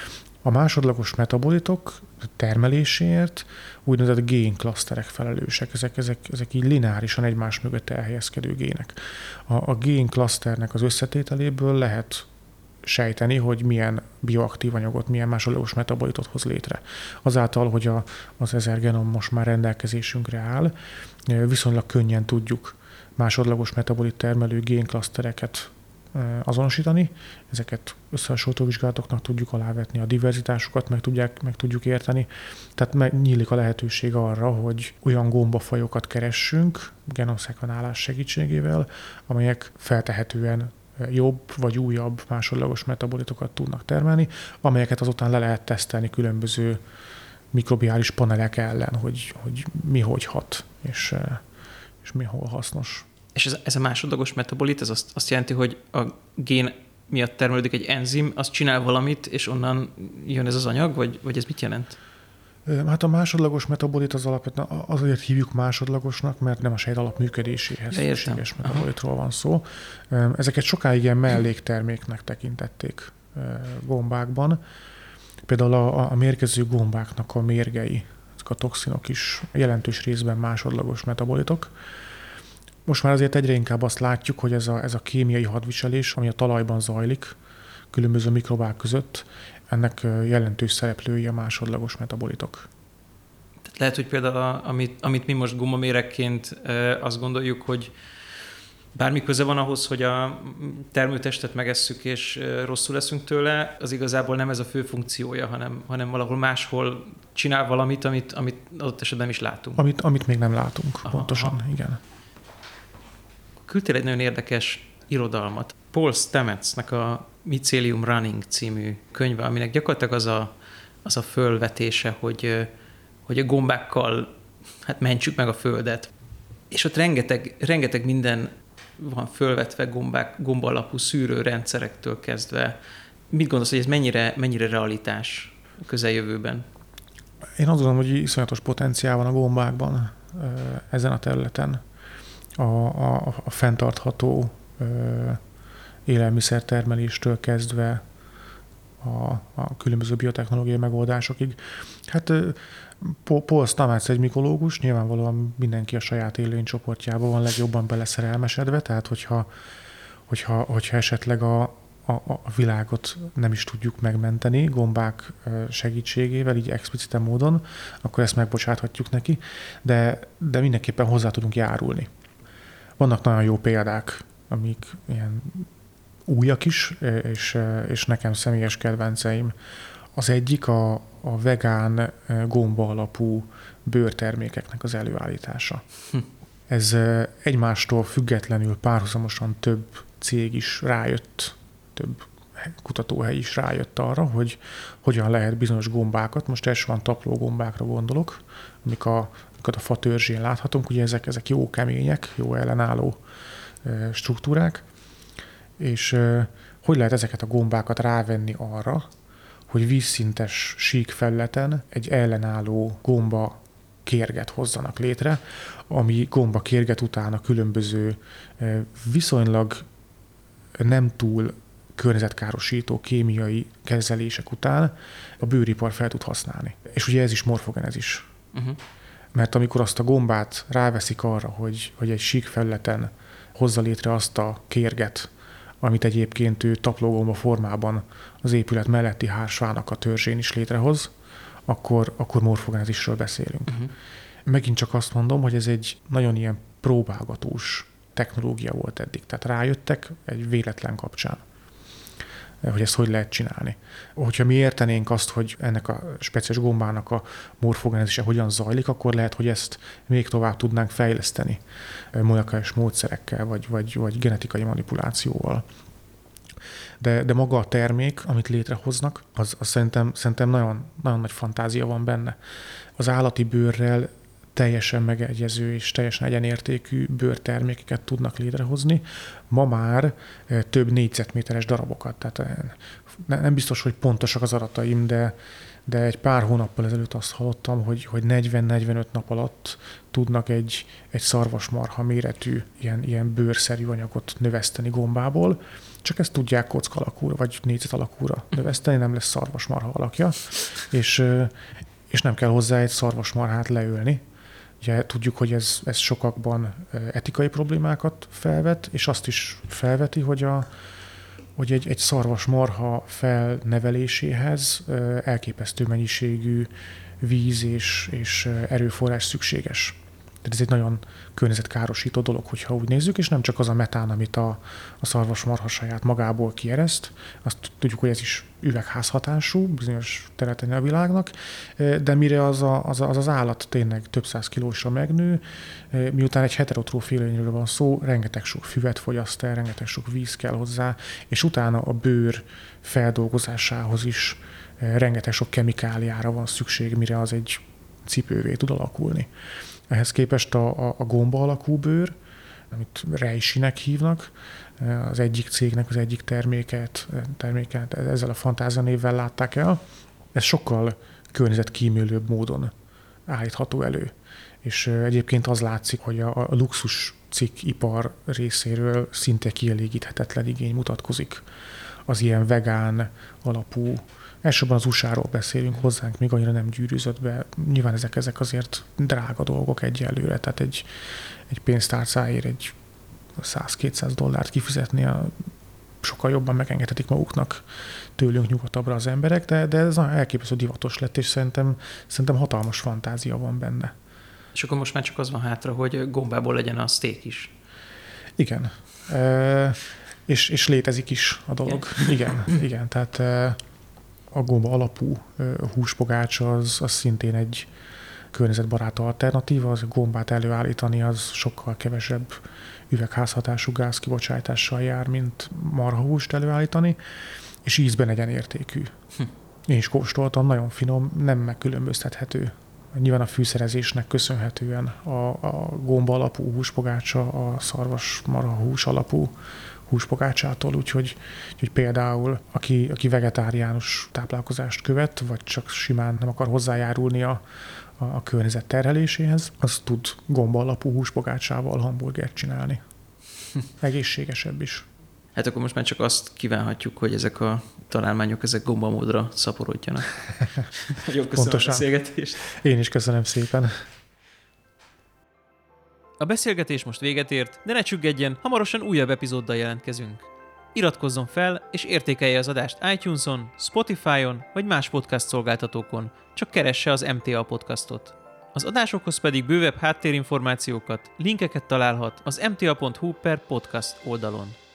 A másodlagos metabolitok termeléséért úgynevezett génklaszterek felelősek. Ezek így lineárisan egymás mögött elhelyezkedő gének. A génklaszternek az összetételéből lehet sejteni, hogy milyen bioaktív anyagot, milyen másodlagos metabolitot hoz létre. Azáltal, hogy az 1000 genom most már rendelkezésünkre áll, viszonylag könnyen tudjuk másodlagos metabolit termelő génklasztereket azonosítani, ezeket összehasonlító vizsgálatoknak tudjuk alávetni, a diverzitásukat meg tudjuk érteni, tehát nyílik a lehetőség arra, hogy olyan gombafajokat keressünk genomszekvenálás segítségével, amelyek feltehetően jobb vagy újabb másodlagos metabolitokat tudnak termelni, amelyeket azután le lehet tesztelni különböző mikrobiális panelek ellen, hogy mi hogy hat, és mi hol hasznos. És ez a másodlagos metabolit, ez azt jelenti, hogy a gén miatt termelődik egy enzim, az csinál valamit, és onnan jön ez az anyag, vagy ez mit jelent? Hát a másodlagos metabolit az alapvetően azért hívjuk másodlagosnak, mert nem a sejt alapműködéséhez szükséges metabolitról van szó. Ezeket sokáig ilyen mellékterméknek tekintették gombákban. Például a mérgező gombáknak a mérgei, ezek a toxinok is jelentős részben másodlagos metabolitok. Most már azért egyre inkább azt látjuk, hogy ez a kémiai hadviselés, ami a talajban zajlik, különböző mikrobák között, ennek jelentős szereplői a másodlagos metabolitok. Lehet, hogy például amit mi most gombaméregként azt gondoljuk, hogy bármi köze van ahhoz, hogy a termőtestet megesszük és rosszul leszünk tőle, az igazából nem ez a fő funkciója, hanem valahol máshol csinál valamit, amit adott esetben nem is látunk. Amit még nem látunk, pontosan, igen. Küldtél egy nagyon érdekes irodalmat. Paul Stametsnek a Mycelium Running című könyve, aminek gyakorlatilag az a fölvetése, hogy a gombákkal mentsük meg a Földet. és ott rengeteg minden van fölvetve gomba alapú szűrőrendszerektől kezdve. Mit gondolsz, hogy ez mennyire realitás a közeljövőben? Én azt gondolom, hogy iszonyatos potenciál van a gombákban ezen a területen. A fenntartható élelmiszertermeléstől kezdve a különböző biotechnológiai megoldásokig. Hát Paul Stamets egy mikológus, nyilvánvalóan mindenki a saját élőlénycsoportjában van legjobban beleszerelmesedve, tehát hogyha esetleg a világot nem is tudjuk megmenteni gombák segítségével, így explicite módon, akkor ezt megbocsáthatjuk neki, de mindenképpen hozzá tudunk járulni. Vannak nagyon jó példák, amik ilyen újak is, és nekem személyes kedvenceim. Az egyik a vegán gomba alapú bőrtermékeknek az előállítása. Ez egymástól függetlenül párhuzamosan több cég is rájött, több kutatóhely is rájött arra, hogy hogyan lehet bizonyos gombákat, most elsősorban taplógombákra gondolok, amiket a fa törzsén láthatunk, ugye ezek jó kemények, jó ellenálló struktúrák, és hogy lehet ezeket a gombákat rávenni arra, hogy vízszintes sík felületen egy ellenálló gomba kérget hozzanak létre, ami gomba kérget után a különböző viszonylag nem túl környezetkárosító kémiai kezelések után a bőripar fel tud használni. És ugye ez is morfogenezis. Uh-huh. Mert amikor azt a gombát ráveszik arra, hogy egy sík felületen hozza létre azt a kérget, amit egyébként ő taplógomba formában az épület melletti hársfának a törzsén is létrehoz, akkor morfogenezisről beszélünk. Uh-huh. Megint csak azt mondom, hogy ez egy nagyon ilyen próbálgatós technológia volt eddig. Tehát rájöttek egy véletlen kapcsán, hogy ezt hogy lehet csinálni. Hogyha mi értenénk azt, hogy ennek a speciális gombának a morfogenezise hogyan zajlik, akkor lehet, hogy ezt még tovább tudnánk fejleszteni molekuláris módszerekkel, vagy genetikai manipulációval. De maga a termék, amit létrehoznak, az szerintem nagyon, nagyon nagy fantázia van benne. Az állati bőrrel teljesen megegyező és teljesen egyenértékű bőrtermékeket tudnak létrehozni. Ma már több négyzetméteres darabokat. Tehát nem biztos, hogy pontosak az adataim, de egy pár hónappal ezelőtt azt hallottam, hogy 40-45 nap alatt tudnak egy szarvasmarha méretű ilyen bőrszerű anyagot növeszteni gombából, csak ezt tudják kocka alakúra, vagy négyzet alakúra növeszteni, nem lesz szarvasmarha alakja, és nem kell hozzá egy szarvasmarhát leölni. Ugye tudjuk, hogy ez sokakban etikai problémákat felvet, és azt is felveti, hogy egy szarvasmarha felneveléséhez elképesztő mennyiségű víz és erőforrás szükséges. Tehát ez egy nagyon környezetkárosító dolog, hogyha úgy nézzük, és nem csak az a metán, amit a szarvasmarha saját magából kiereszt, azt tudjuk, hogy ez is üvegházhatású bizonyos területen a világnak, de mire az állat tényleg több száz kilósra megnő, miután egy heterotróf élőlényről van szó, rengeteg sok füvet fogyaszt el, rengeteg sok víz kell hozzá, és utána a bőr feldolgozásához is rengeteg sok kemikáliára van szükség, mire az egy cipővé tud alakulni. Ehhez képest a gomba alakú bőr, amit Reishi-nek hívnak, az egyik cégnek az egyik terméket ezzel a fantázia névvel látták el, ez sokkal környezetkímélőbb módon állítható elő. És egyébként az látszik, hogy a luxus cikkipar részéről szinte kielégíthetetlen igény mutatkozik az ilyen vegán alapú. Elsősorban az USA-ról beszélünk, hozzánk még annyira nem gyűrűzött be. Nyilván ezek azért drága dolgok egyelőre, tehát egy pénztárcáért egy $100-200 kifizetni, sokkal jobban megengedhetik maguknak tőlünk nyugatabbra az emberek, de ez elképesztő divatos lett, és szerintem hatalmas fantázia van benne. És akkor most már csak az van hátra, hogy gombából legyen a steak is. Igen. És létezik is a dolog. Igen. Tehát a gomba alapú húspogács az szintén egy környezetbarát alternatíva, az a gombát előállítani az sokkal kevesebb üvegházhatású gázkibocsátással jár, mint marhahúst előállítani, és ízben egyenértékű. Én is kóstoltam, nagyon finom, nem megkülönböztethető Nyilván a fűszerezésnek köszönhetően a gomba alapú húspogácsa a szarvasmarha hús alapú húspogácsától, úgyhogy például aki vegetáriánus táplálkozást követ, vagy csak simán nem akar hozzájárulni a környezet terheléséhez, az tud gomba alapú húspogácsával hamburgert csinálni. Egészségesebb is. Hát akkor most már csak azt kívánhatjuk, hogy ezek a találmányok, ezek gombamódra szaporodjanak. Nagyon köszönöm a beszélgetést. Én is köszönöm szépen. A beszélgetés most véget ért, de ne csüggedjen, hamarosan újabb epizóddal jelentkezünk. Iratkozzon fel, és értékelje az adást iTunes-on, Spotify-on, vagy más podcast szolgáltatókon, csak keresse az MTA podcastot. Az adásokhoz pedig bővebb háttérinformációkat, linkeket találhat az mta.hu/podcast oldalon.